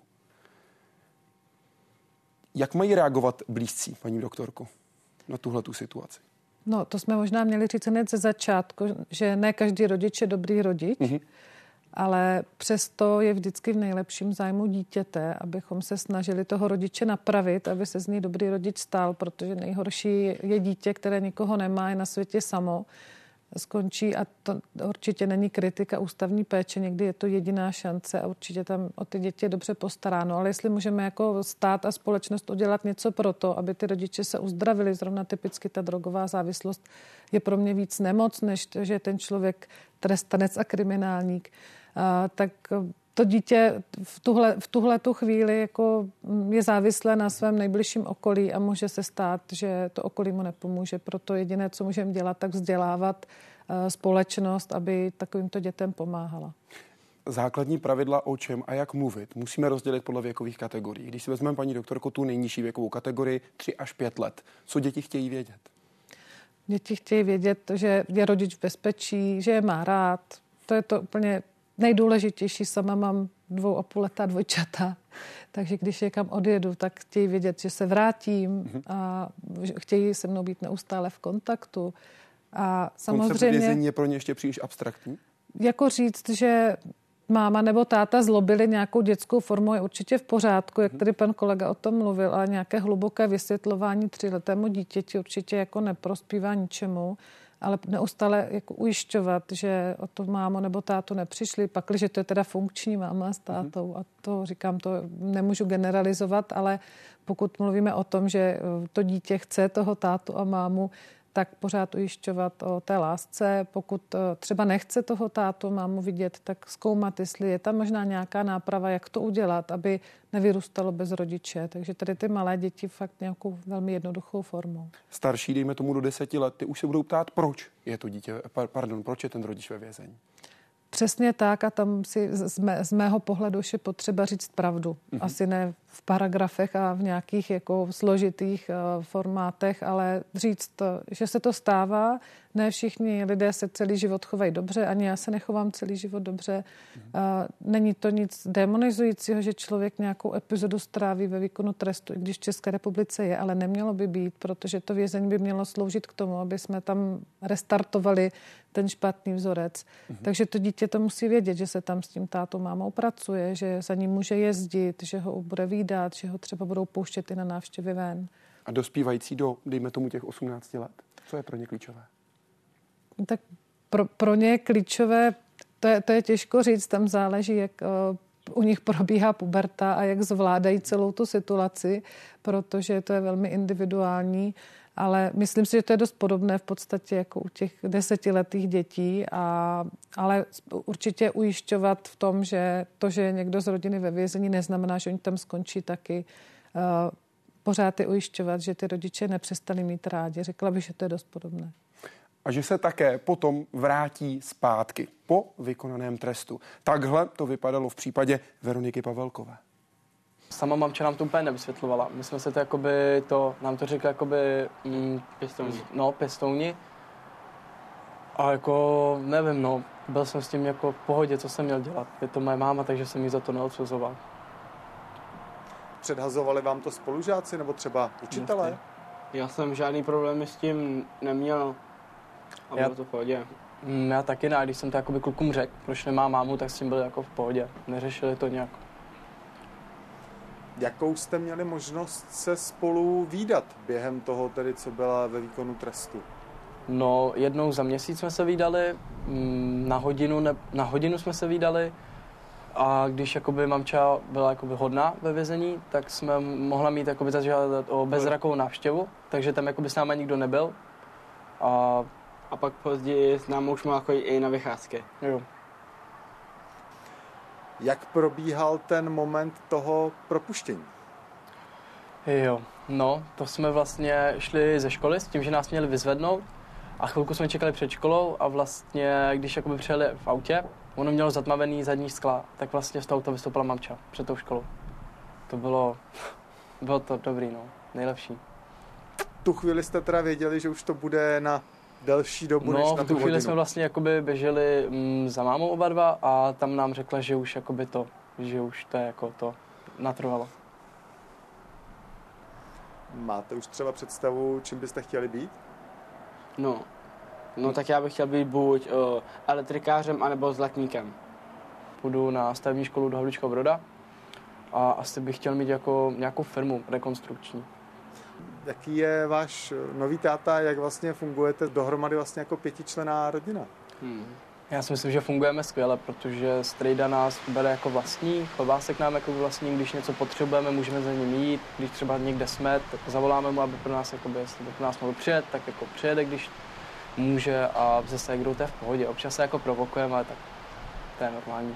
Jak mají reagovat blízcí, paní doktorko, na tuhletu situaci? No, to jsme možná měli říct hned ze začátku, že ne každý rodič je dobrý rodič, mm-hmm. ale přesto je vždycky v nejlepším zájmu dítěte, abychom se snažili toho rodiče napravit, aby se z něj dobrý rodič stal, protože nejhorší je dítě, které nikoho nemá, je na světě samo, skončí a to určitě není kritika ústavní péče, někdy je to jediná šance a určitě tam o ty děti je dobře postaráno, ale jestli můžeme jako stát a společnost udělat něco pro to, aby ty rodiče se uzdravili, zrovna typicky ta drogová závislost je pro mě víc nemoc, než to, že je ten člověk trestanec a kriminálník, a, tak to dítě v tuhle, v tuhle tu chvíli jako je závislé na svém nejbližším okolí a může se stát, že to okolí mu nepomůže. Proto jediné, co můžeme dělat, tak vzdělávat společnost, aby takovýmto dětem pomáhala. Základní pravidla o čem a jak mluvit musíme rozdělit podle věkových kategorií. Když si vezmeme, paní doktorko, tu nejnižší věkovou kategorii tři až pět let, co děti chtějí vědět? Děti chtějí vědět, že je rodič v bezpečí, že je má rád. To je to úplně nejdůležitější. Sama mám dvou a půl letá dvojčata, takže když někam odjedu, tak chtějí vědět, že se vrátím a chtějí se mnou být neustále v kontaktu. A samozřejmě... Koncept vězení je pro ně ještě příliš abstraktní? Jako říct, že máma nebo táta zlobili nějakou dětskou formou, je určitě v pořádku, jak tady pan kolega o tom mluvil, ale nějaké hluboké vysvětlování tříletému dítěti určitě jako neprospívá ničemu, ale neustále jako ujišťovat, že o to mámo nebo tátu nepřišli, pakliže to je teda funkční máma s tátou a to říkám, to nemůžu generalizovat, ale pokud mluvíme o tom, že to dítě chce toho tátu a mámu, tak pořád ujišťovat o té lásce. Pokud třeba nechce toho tátu, mámu vidět, tak zkoumat, jestli je tam možná nějaká náprava, jak to udělat, aby nevyrůstalo bez rodiče. Takže tady ty malé děti fakt nějakou velmi jednoduchou formou. Starší, dejme tomu do deseti let, ty už se budou ptát, proč je to dítě, pardon, proč je ten rodič ve vězení. Přesně tak a tam si z, mé, z mého pohledu už je potřeba říct pravdu. Mm-hmm. Asi ne v paragrafech a v nějakých jako složitých uh, formátech, ale říct, že se to stává. Ne všichni lidé se celý život chovají dobře, ani já se nechovám celý život dobře. Mm-hmm. Uh, není to nic demonizujícího, že člověk nějakou epizodu stráví ve výkonu trestu, i když v České republice je, ale nemělo by být, protože to vězení by mělo sloužit k tomu, aby jsme tam restartovali ten špatný vzorec. Mm-hmm. Takže to dítě to musí vědět, že se tam s tím tátou mámou pracuje, že za ním může jezdit, že ho bude vídat, že ho třeba budou pouštět i na návštěvy ven. A dospívající do, dejme tomu, těch osmnácti let, co je pro ně klíčové? Tak pro, pro ně klíčové, to je, to je těžko říct, tam záleží, jak uh, u nich probíhá puberta a jak zvládají celou tu situaci, protože to je velmi individuální. Ale myslím si, že to je dost podobné v podstatě jako u těch desetiletých dětí, a, ale určitě ujišťovat v tom, že to, že je někdo z rodiny ve vězení, neznamená, že oni tam skončí taky. Uh, pořád je ujišťovat, že ty rodiče nepřestali mít rádi. Řekla bych, že to je dost podobné. A že se také potom vrátí zpátky po vykonaném trestu. Takhle to vypadalo v případě Veroniky Pavelkové. Sama mamča nám to úplně nevysvětlovala. My jsme se to jakoby, to, nám to řekl jakoby mm, pěstouni. No, pěstouni. A jako, nevím, no, byl jsem s tím jako v pohodě, co jsem měl dělat. Je to moje máma, takže jsem jí za to neodsuzoval. Předhazovali vám to spolužáci nebo třeba učitelé? Já jsem žádný problémy s tím neměl a bylo to v pohodě. Mm, já taky ne, když jsem to jakoby klukům řekl, proč nemá mámu, tak s tím byl jako v pohodě. Neřešili to nějak. Jakou jste měli možnost se spolu vídat během toho, tedy, co byla ve výkonu trestu? No, jednou za měsíc jsme se vídali, na hodinu, ne, na hodinu jsme se vídali A když jakoby mamča byla jakoby hodná ve vězení, tak jsme mohla mít jakoby zažádat o bezrakovou návštěvu, takže tam jakoby s náma nikdo nebyl. A, a pak později s námi už mohla chodit i na vycházky. Jo. Jak probíhal ten moment toho propuštění? Jo, no, to jsme vlastně šli ze školy s tím, že nás měli vyzvednout a chvilku jsme čekali před školou a vlastně, když jakoby přijeli v autě, ono mělo zatmavený zadní skla, tak vlastně z toho auta vystoupila mamča před tou školou. To bylo, bylo to dobrý, no, nejlepší. Tu chvíli jste teda věděli, že už to bude na delší dobu, no, než na tu v tu chvíli hodinu. jsme vlastně jakoby běželi mm, za mámou oba dva a tam nám řekla, že už jakoby to, že už to je jako to natrvalo. Máte už třeba představu, čím byste chtěli být? No, no tak já bych chtěl být buď uh, elektrikářem, anebo zlatníkem. Půjdu na stavební školu do Havlíčkova Broda a asi bych chtěl mít jako nějakou firmu rekonstrukční. Jaký je váš nový táta, jak vlastně fungujete dohromady vlastně jako pětičlenná rodina? Hmm. Já si myslím, že fungujeme skvěle, protože strejda nás bere jako vlastní, chová se k nám jako vlastní, když něco potřebujeme, můžeme za ním jít, když třeba někde jsme, tak zavoláme mu, aby pro nás, jakoby, jestli by pro nás mohl přijet, tak jako přijede, když může a zase kdo to je v pohodě. Občas se jako provokujeme, ale tak to je normální.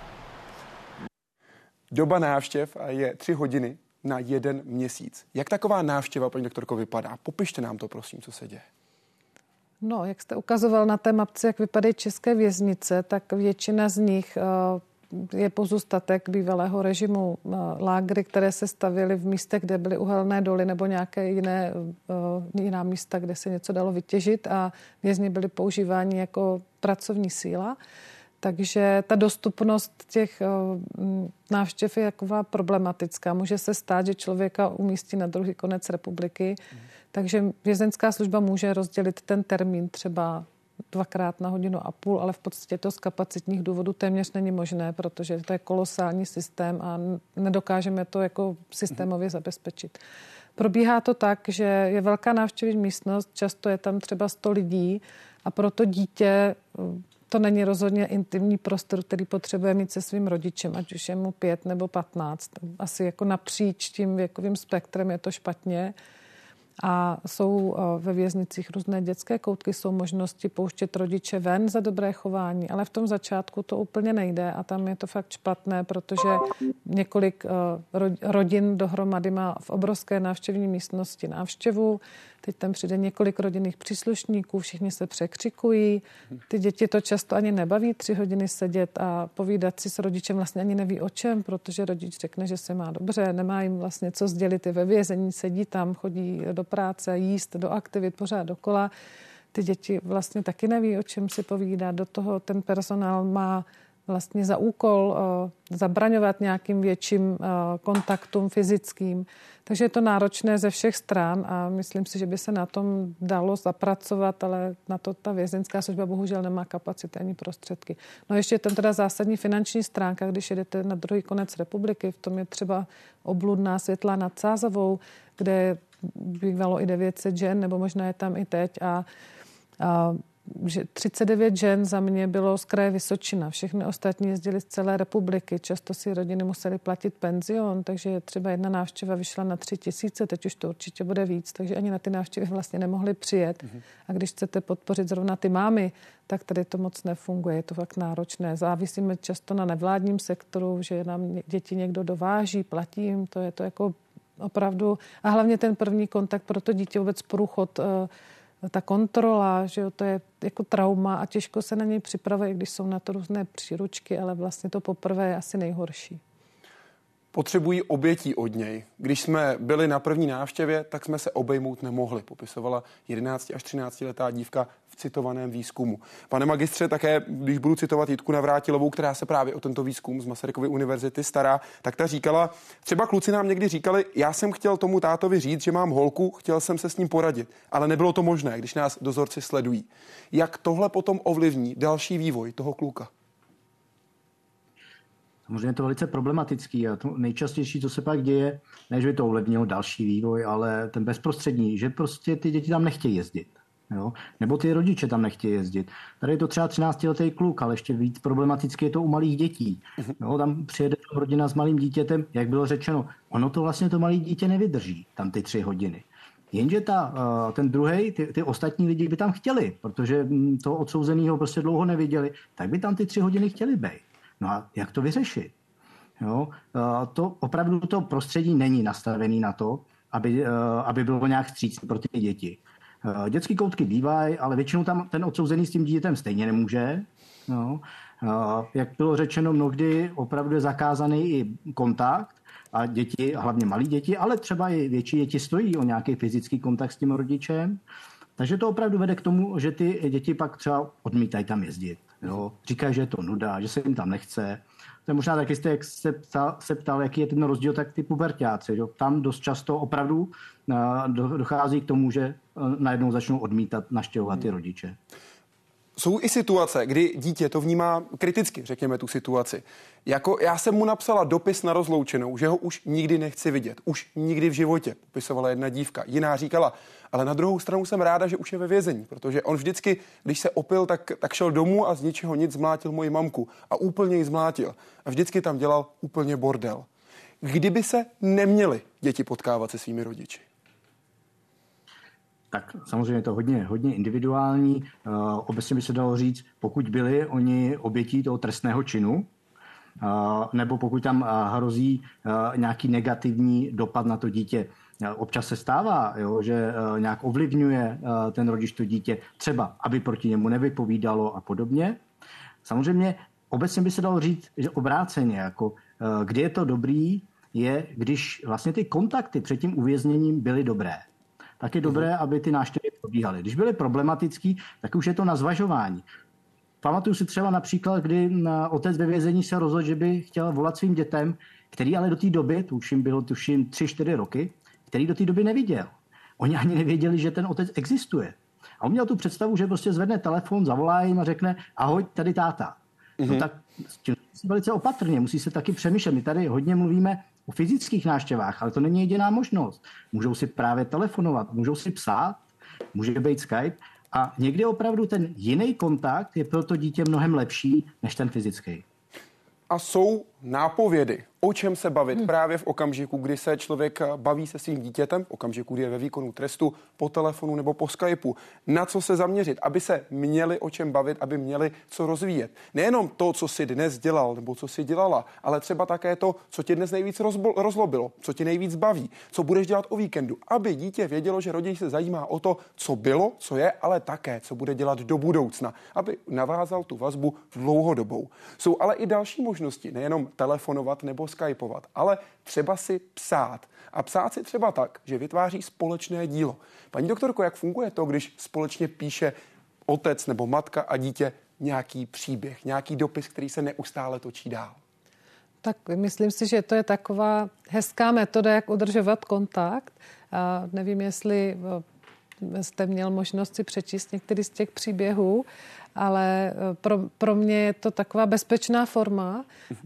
Doba návštěv je tři hodiny na jeden měsíc. Jak taková návštěva, paní doktorko, vypadá? Popište nám to, prosím, co se děje. No, jak jste ukazoval na té mapce, jak vypadají české věznice, tak většina z nich je pozůstatek bývalého režimu, lágry, které se stavěly v místech, kde byly uhelné doly nebo nějaké jiné, jiná místa, kde se něco dalo vytěžit a vězni byly používáni jako pracovní síla. Takže ta dostupnost těch návštěv je taková problematická. Může se stát, že člověka umístí na druhý konec republiky, mm. takže vězeňská služba může rozdělit ten termín třeba dvakrát na hodinu a půl, ale v podstatě to z kapacitních důvodů téměř není možné, protože to je kolosální systém a nedokážeme to jako systémově mm. zabezpečit. Probíhá to tak, že je velká návštěvní místnost, často je tam třeba sto lidí a proto dítě to není rozhodně intimní prostor, který potřebuje mít se svým rodičem, ať už je mu pět nebo patnáct. Asi jako napříč tím věkovým spektrem je to špatně. A jsou ve věznicích různé dětské koutky, jsou možnosti pouštět rodiče ven za dobré chování, ale v tom začátku to úplně nejde a tam je to fakt špatné, protože několik rodin dohromady má v obrovské návštěvní místnosti návštěvu. Teď tam přijde několik rodinných příslušníků, všichni se překřikují. Ty děti to často ani nebaví tři hodiny sedět a povídat si s rodičem vlastně ani neví o čem, protože rodič řekne, že se má dobře, nemá jim vlastně co sdělit, je ve vězení, sedí tam, chodí do práce, jíst, do aktivit, pořád dokola. Ty děti vlastně taky neví, o čem si povídat. Do toho ten personál má vlastně za úkol uh, zabraňovat nějakým větším uh, kontaktům fyzickým. Takže je to náročné ze všech stran a myslím si, že by se na tom dalo zapracovat, ale na to ta vězeňská služba bohužel nemá kapacity ani prostředky. No ještě je tam teda zásadní finanční stránka, když jedete na druhý konec republiky, v tom je třeba Obludná Světlá nad Sázavou, kde bývalo i devět set žen, nebo možná je tam i teď a, a že třicet devět žen za mě bylo z kraje Vysočina. Všechny ostatní jezdili z celé republiky. Často si rodiny musely platit penzion, takže třeba jedna návštěva vyšla na tři tisíce, teď už to určitě bude víc, takže ani na ty návštěvy vlastně nemohli přijet. Mm-hmm. A když chcete podpořit zrovna ty mámy, tak tady to moc nefunguje, je to fakt náročné. Závisíme často na nevládním sektoru, že nám děti někdo dováží, platí jim, to je to jako opravdu. A hlavně ten první kontakt pro to dítě, vůbec průchod, ta kontrola, že jo, to je jako trauma a těžko se na něj připravuje, když jsou na to různé příručky, ale vlastně to poprvé je asi nejhorší. Potřebují obětí od něj. Když jsme byli na první návštěvě, tak jsme se obejmout nemohli, popisovala jedenácti až třináctiletá dívka v citovaném výzkumu. Pane magistře, také, když budu citovat Jitku Navrátilovou, která se právě o tento výzkum z Masarykovy univerzity stará, tak ta říkala, třeba kluci nám někdy říkali, já jsem chtěl tomu tátovi říct, že mám holku, chtěl jsem se s ním poradit, ale nebylo to možné, když nás dozorci sledují. Jak tohle potom ovlivní další vývoj toho kluka? Samozřejmě je to velice problematický a to nejčastější, co se pak děje, ne, že by to ovlivnilo další vývoj, ale ten bezprostřední, že prostě ty děti tam nechtějí jezdit. Jo? Nebo ty rodiče tam nechtějí jezdit. Tady je to třeba třináctiletý kluk, ale ještě víc problematicky je to u malých dětí. Jo? Tam přijede rodina s malým dítětem, jak bylo řečeno, ono to vlastně to malé dítě nevydrží, tam ty tři hodiny. Jenže ta, ten druhej, ty, ty ostatní lidi by tam chtěli, protože toho odsouzeného prostě dlouho neviděli, tak by tam ty tři hodiny chtěli být. No a jak to vyřešit? Jo? To opravdu to prostředí není nastavené na to, aby, aby bylo nějak vstřícné pro ty děti. Dětský koutky bývají, ale většinou tam ten odsouzený s tím dítětem stejně nemůže. No. Jak bylo řečeno, mnohdy opravdu je zakázaný i kontakt a děti, hlavně malí děti, ale třeba i větší děti stojí o nějaký fyzický kontakt s tím rodičem. Takže to opravdu vede k tomu, že ty děti pak třeba odmítají tam jezdit. Jo. Říkají, že je to nuda, že se jim tam nechce. To je možná tak, jestli jak se ptal, se ptal, jaký je ten rozdíl, tak ty puberťáci. Jo. Tam dost často opravdu dochází k tomu, že najednou začnou odmítat navštěvovat ty rodiče. Jsou i situace, kdy dítě to vnímá kriticky, řekněme tu situaci. Jako já jsem mu napsala dopis na rozloučenou, že ho už nikdy nechci vidět, už nikdy v životě, popisovala jedna dívka. Jiná říkala, ale na druhou stranu jsem ráda, že už je ve vězení, protože on vždycky, když se opil, tak, tak šel domů a z ničeho nic zmlátil moji mamku a úplně ji zmlátil. A vždycky tam dělal úplně bordel. Kdyby se neměli děti potkávat se svými rodiči? Tak samozřejmě je to hodně, hodně individuální. Uh, obecně by se dalo říct, pokud byli oni obětí toho trestného činu, uh, nebo pokud tam uh, hrozí uh, nějaký negativní dopad na to dítě. Uh, občas se stává, jo, že uh, nějak ovlivňuje uh, ten rodič to dítě, třeba aby proti němu nevypovídalo a podobně. Samozřejmě obecně by se dalo říct, že obráceně, jako, uh, kdy je to dobrý, je, když vlastně ty kontakty před tím uvězněním byly dobré. Tak je dobré, aby ty návštěvy probíhaly. Když byly problematický, tak už je to na zvažování. Pamatuju si třeba například, kdy otec ve vězení se rozhodl, že by chtěl volat svým dětem, který ale do té doby, tuším bylo tuším tři čtyři roky, který do té doby neviděl. Oni ani nevěděli, že ten otec existuje. A on měl tu představu, že prostě zvedne telefon, zavolá jim a řekne, ahoj, tady táta. Mm-hmm. No tak s velice opatrně, musí se taky přemýšlet. My tady hodně mluvíme o fyzických návštěvách, ale to není jediná možnost. Můžou si právě telefonovat, můžou si psát, může být Skype a někdy opravdu ten jiný kontakt je pro to dítě mnohem lepší než ten fyzický. A jsou nápovědy, o čem se bavit hmm. právě v okamžiku, kdy se člověk baví se svým dítětem, v okamžiku, kdy je ve výkonu trestu, po telefonu nebo po Skypeu. Na co se zaměřit, aby se měli o čem bavit, aby měli co rozvíjet. Nejenom to, co si dnes dělal nebo co si dělala, ale třeba také to, co tě dnes nejvíc rozbo- rozlobilo, co tě nejvíc baví, co budeš dělat o víkendu, aby dítě vědělo, že rodič se zajímá o to, co bylo, co je, ale také, co bude dělat do budoucna, aby navázal tu vazbu dlouhodobou. Jsou ale i další možnosti, nejenom telefonovat nebo skypovat, ale třeba si psát. A psát si třeba tak, že vytváří společné dílo. Paní doktorko, jak funguje to, když společně píše otec nebo matka a dítě nějaký příběh, nějaký dopis, který se neustále točí dál? Tak myslím si, že to je taková hezká metoda, jak udržovat kontakt. A nevím, jestli jste měl možnost si přečíst některý z těch příběhů, ale pro, pro mě je to taková bezpečná forma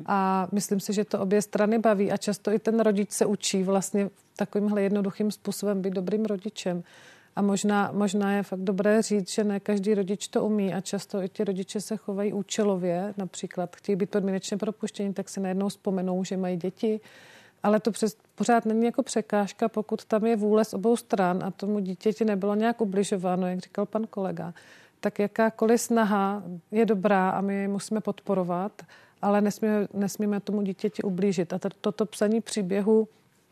a myslím si, že to obě strany baví a často i ten rodič se učí vlastně takovýmhle jednoduchým způsobem být dobrým rodičem. A možná, možná je fakt dobré říct, že ne každý rodič to umí a často i ti rodiče se chovají účelově, například chtějí být podmínečně propuštění, tak si najednou vzpomenou, že mají děti, ale to přes, pořád není jako překážka, pokud tam je vůle z obou stran a tomu dítěti nebylo nějak ubližováno, jak říkal pan kolega, tak jakákoliv snaha je dobrá a my ji musíme podporovat, ale nesmíme, nesmíme tomu dítěti ublížit. A toto psaní příběhu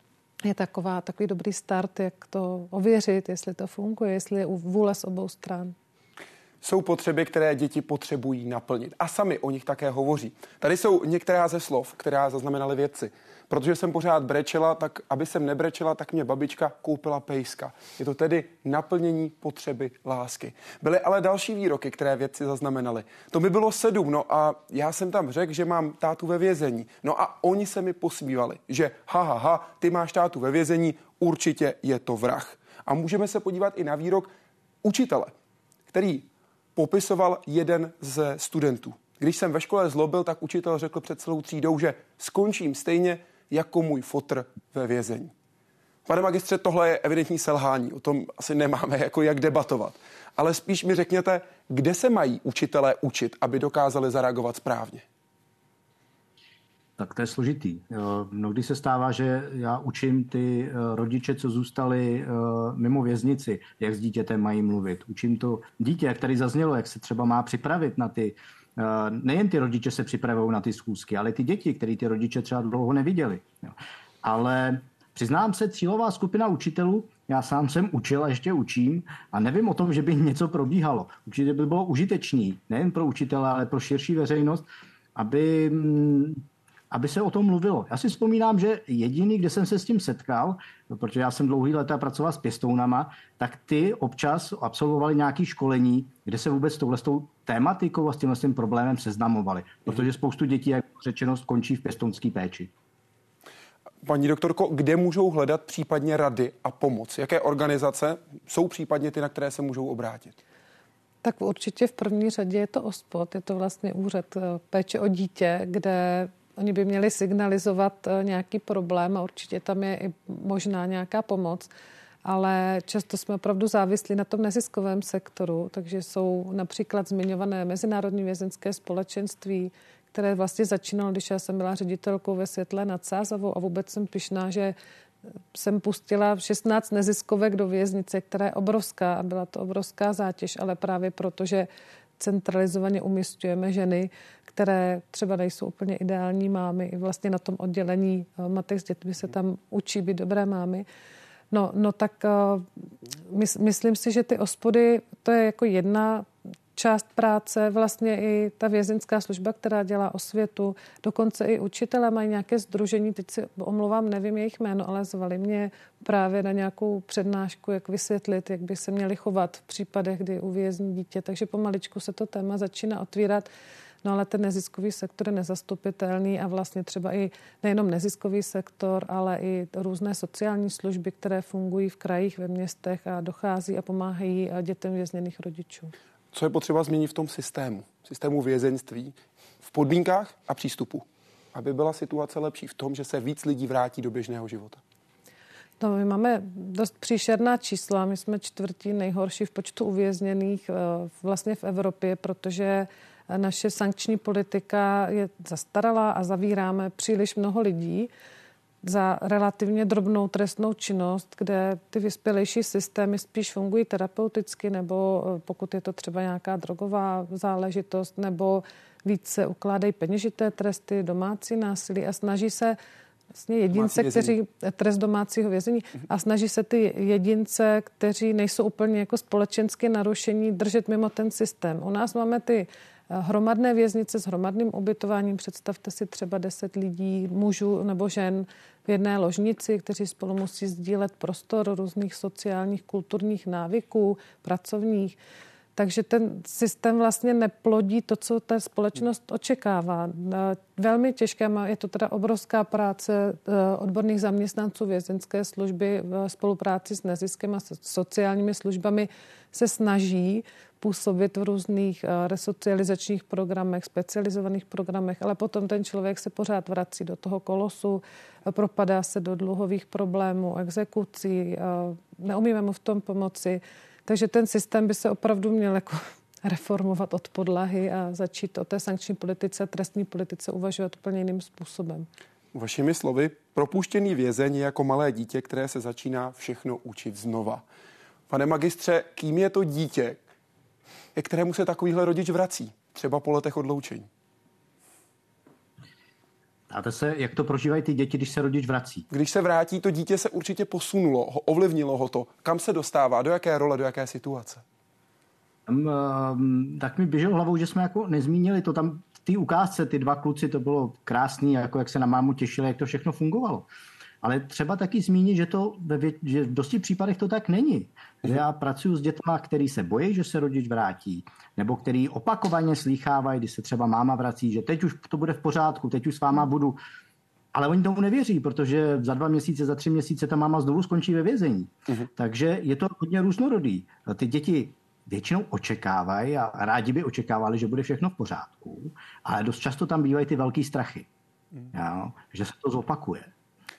je taková, takový dobrý start, jak to ověřit, jestli to funguje, jestli je vůle z obou stran. Jsou potřeby, které děti potřebují naplnit. A sami o nich také hovoří. Tady jsou některá ze slov, která zaznamenali vědci. Protože jsem pořád brečela, tak aby jsem nebrečela, tak mě babička koupila pejska. Je to tedy naplnění potřeby lásky. Byly ale další výroky, které vědci zaznamenali. To by bylo sedm, no a já jsem tam řekl, že mám tátu ve vězení. No a oni se mi posmívali, že ha, ha, ha, ty máš tátu ve vězení, určitě je to vrah. A můžeme se podívat i na výrok učitele, který popisoval jeden ze studentů. Když jsem ve škole zlobil, tak učitel řekl před celou třídou, že skončím stejně jako můj fotr ve vězení. Pane magistře, tohle je evidentní selhání, o tom asi nemáme jako jak debatovat. Ale spíš mi řekněte, kde se mají učitelé učit, aby dokázali zareagovat správně? Tak to je složitý. Mnohdy se stává, že já učím ty rodiče, co zůstali mimo věznici, jak s dítětem mají mluvit. Učím to dítě, jak tady zaznělo, jak se třeba má připravit na ty, nejen ty rodiče se připravují na ty schůzky, ale ty děti, které ty rodiče třeba dlouho neviděli. Ale přiznám se, cílová skupina učitelů, já sám jsem učil a ještě učím a nevím o tom, že by něco probíhalo. Určitě by bylo užitečný, nejen pro učitele, ale pro širší veřejnost, aby... aby se o tom mluvilo. Já si vzpomínám, že jediný, kde jsem se s tím setkal, protože já jsem dlouhý léta pracoval s pěstounama, tak ty občas absolvovali nějaké školení, kde se vůbec touhle s tou tématikou a s tímhle s tím problémem seznamovali. Protože spoustu dětí, jak řečeno, skončí v pěstounské péči. Paní doktorko, kde můžou hledat případně rady a pomoc? Jaké organizace jsou případně ty, na které se můžou obrátit? Tak určitě v první řadě je to OSPOD, je to vlastně úřad péče o dítě, kde oni by měli signalizovat nějaký problém a určitě tam je i možná nějaká pomoc, ale často jsme opravdu závislí na tom neziskovém sektoru, takže jsou například zmiňované Mezinárodní vězeňské společenství, které vlastně začínalo, když já jsem byla ředitelkou ve Světlé nad Sázavou a vůbec jsem pyšná, že jsem pustila šestnáct neziskovek do věznice, která je obrovská a byla to obrovská zátěž, ale právě proto, že centralizovaně umísťujeme ženy, které třeba nejsou úplně ideální mámy. I vlastně na tom oddělení matek s dětmi se tam učí být dobré mámy. No, no tak uh, mys, myslím si, že ty OSPODy, to je jako jedna část práce, vlastně i ta vězeňská služba, která dělá osvětu, dokonce i učitelé mají nějaké sdružení, teď si omlouvám, nevím jejich jméno, ale zvali mě právě na nějakou přednášku, jak vysvětlit, jak by se měli chovat v případech, kdy uvězní dítě, takže pomaličku se to téma začíná otvírat. No ale ten neziskový sektor je nezastupitelný a vlastně třeba i nejenom neziskový sektor, ale i různé sociální služby, které fungují v krajích, ve městech a dochází a pomáhají dětem vězněných rodičů. Co je potřeba změnit v tom systému, systému vězeňství, v podmínkách a přístupu, aby byla situace lepší v tom, že se víc lidí vrátí do běžného života? No, my máme dost příšerná čísla, my jsme čtvrtí nejhorší v počtu uvězněných vlastně v Evropě, protože naše sankční politika je zastaralá a zavíráme příliš mnoho lidí za relativně drobnou trestnou činnost, kde ty vyspělejší systémy spíš fungují terapeuticky, nebo pokud je to třeba nějaká drogová záležitost, nebo více ukládají peněžité tresty, domácí násilí a snaží se vlastně jedince, kteří trest domácího vězení a snaží se ty jedince, kteří nejsou úplně jako společensky narušení, držet mimo ten systém. U nás máme ty hromadné věznice s hromadným ubytováním. Představte si třeba deset lidí, mužů nebo žen v jedné ložnici, kteří spolu musí sdílet prostor různých sociálních, kulturních návyků, pracovních. Takže ten systém vlastně neplodí to, co ta společnost očekává. Velmi těžké, je to teda obrovská práce odborných zaměstnanců vězeňské služby v spolupráci s neziskem a sociálními službami se snaží působit v různých resocializačních programech, specializovaných programech, ale potom ten člověk se pořád vrací do toho kolosu, propadá se do dluhových problémů, exekucí, neumíme mu v tom pomoci. Takže ten systém by se opravdu měl jako reformovat od podlahy a začít o té sankční politice, trestní politice uvažovat úplně jiným způsobem. Vašimi slovy, propuštěný vězeň je jako malé dítě, které se začíná všechno učit znova. Pane magistře, kým je to dítě, ke kterému se takovýhle rodič vrací, třeba po letech odloučení? A to se, jak to prožívají ty děti, když se rodič vrací? Když se vrátí, to dítě se určitě posunulo, ho ovlivnilo ho to. Kam se dostává, do jaké role, do jaké situace? Tam, tak mi běželo hlavou, že jsme jako nezmínili to tam v té ukázce, ty dva kluci, to bylo krásný, jako jak se na mámu těšili, jak to všechno fungovalo. Ale třeba taky zmínit, že, to ve vě- že v dosti případech to tak není. Že já pracuji s dětma, který se bojí, že se rodič vrátí, nebo který opakovaně slýchávají, když se třeba máma vrací, že teď už to bude v pořádku, teď už s váma budu. Ale oni tomu nevěří, protože za dva měsíce, za tři měsíce ta máma znovu skončí ve vězení. Uh-huh. Takže je to hodně různorodý. Ty děti většinou očekávají a rádi by očekávali, že bude všechno v pořádku, ale dost často tam bývají ty velký strachy, uh-huh. jo, že se to zopakuje.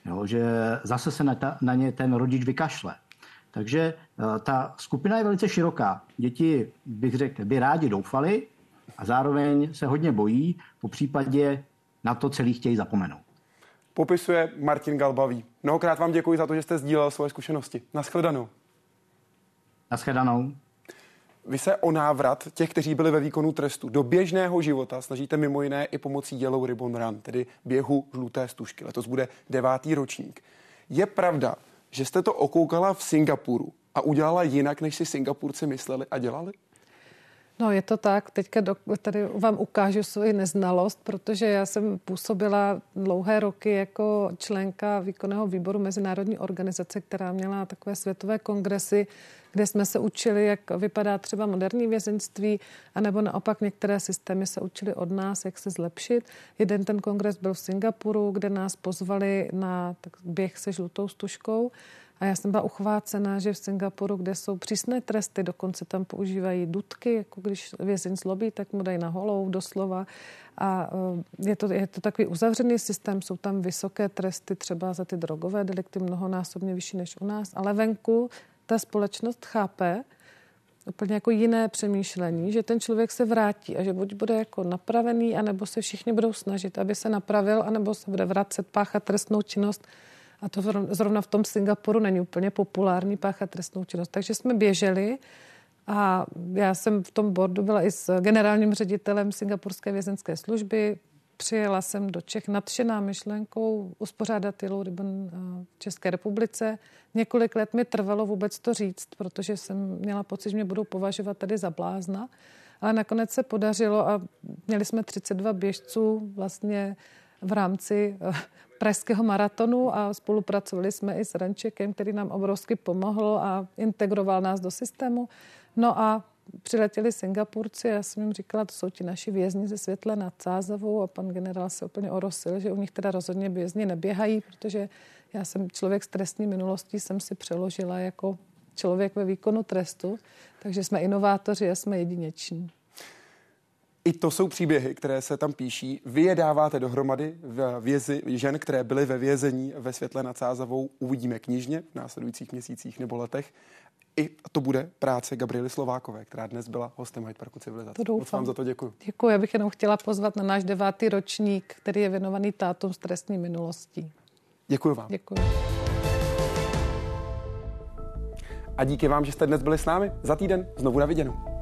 Jo, že zase se na, ta, na ně ten rodič vykašle. Takže ta skupina je velice široká. Děti, bych řekl, by rádi doufali a zároveň se hodně bojí, po případě na to celý chtějí zapomenout. Popisuje Martin Galbavý. Mnohokrát vám děkuji za to, že jste sdílel svoje zkušenosti. Naschledanou. Naschledanou. Vy se o návrat těch, kteří byli ve výkonu trestu, do běžného života snažíte mimo jiné i pomocí Yellow Ribbon Run, tedy běhu žluté stužky. Letos bude devátý ročník. Je pravda, že jste to okoukala v Singapuru a udělala jinak, než si Singapurci mysleli a dělali? No, je to tak. Teďka do, tady vám ukážu svoji neznalost, protože já jsem působila dlouhé roky jako členka výkonného výboru mezinárodní organizace, která měla takové světové kongresy, kde jsme se učili, jak vypadá třeba moderní vězeňství, anebo naopak některé systémy se učili od nás, jak se zlepšit. Jeden ten kongres byl v Singapuru, kde nás pozvali na tak běh se žlutou stužkou. A já jsem byla uchvácena, že v Singapuru, kde jsou přísné tresty, dokonce tam používají dutky, jako když vězeň zlobí, tak mu dají na holou doslova. A je to, je to takový uzavřený systém, jsou tam vysoké tresty třeba za ty drogové delikty, mnohonásobně vyšší než u nás, ale venku ta společnost chápe úplně jako jiné přemýšlení, že ten člověk se vrátí a že buď bude jako napravený, anebo se všichni budou snažit, aby se napravil, anebo se bude vracet, páchat trestnou činnost. A to zrovna v tom Singapuru není úplně populární páchat trestnou činnost. Takže jsme běželi a já jsem v tom boardu byla i s generálním ředitelem Singapurské vězeňské služby. Přijela jsem do Čech nadšená myšlenkou uspořádat Yellow Ribbon v České republice. Několik let mi trvalo vůbec to říct, protože jsem měla pocit, že mě budou považovat tady za blázna. Ale nakonec se podařilo a měli jsme třicet dva běžců vlastně v rámci pražského maratonu a spolupracovali jsme i s Rančekem, který nám obrovsky pomohl a integroval nás do systému. No a přiletěli Singapurci a já jsem jim říkala, to jsou ti naši vězni ze Světle nad Sázavou a pan generál se úplně orosil, že u nich teda rozhodně vězni neběhají, protože já jsem člověk s trestní minulostí, jsem si přeložila jako člověk ve výkonu trestu, takže jsme inovátoři a jsme jedineční. I to jsou příběhy, které se tam píší. Vy je dáváte dohromady v vězi žen, které byly ve vězení ve Světle nad Sázavou. Uvidíme knižně v následujících měsících nebo letech. I to bude práce Gabriely Slovákové, která dnes byla hostem Hyde Parku civilizace. Moc vám za to děkuji. Děkuji, já bych jenom chtěla pozvat na náš devátý ročník, který je věnovaný tátům s trestní minulostí. Děkuji vám. Děkuji. A díky vám, že jste dnes byli s námi. Za týden znovu na viděnou.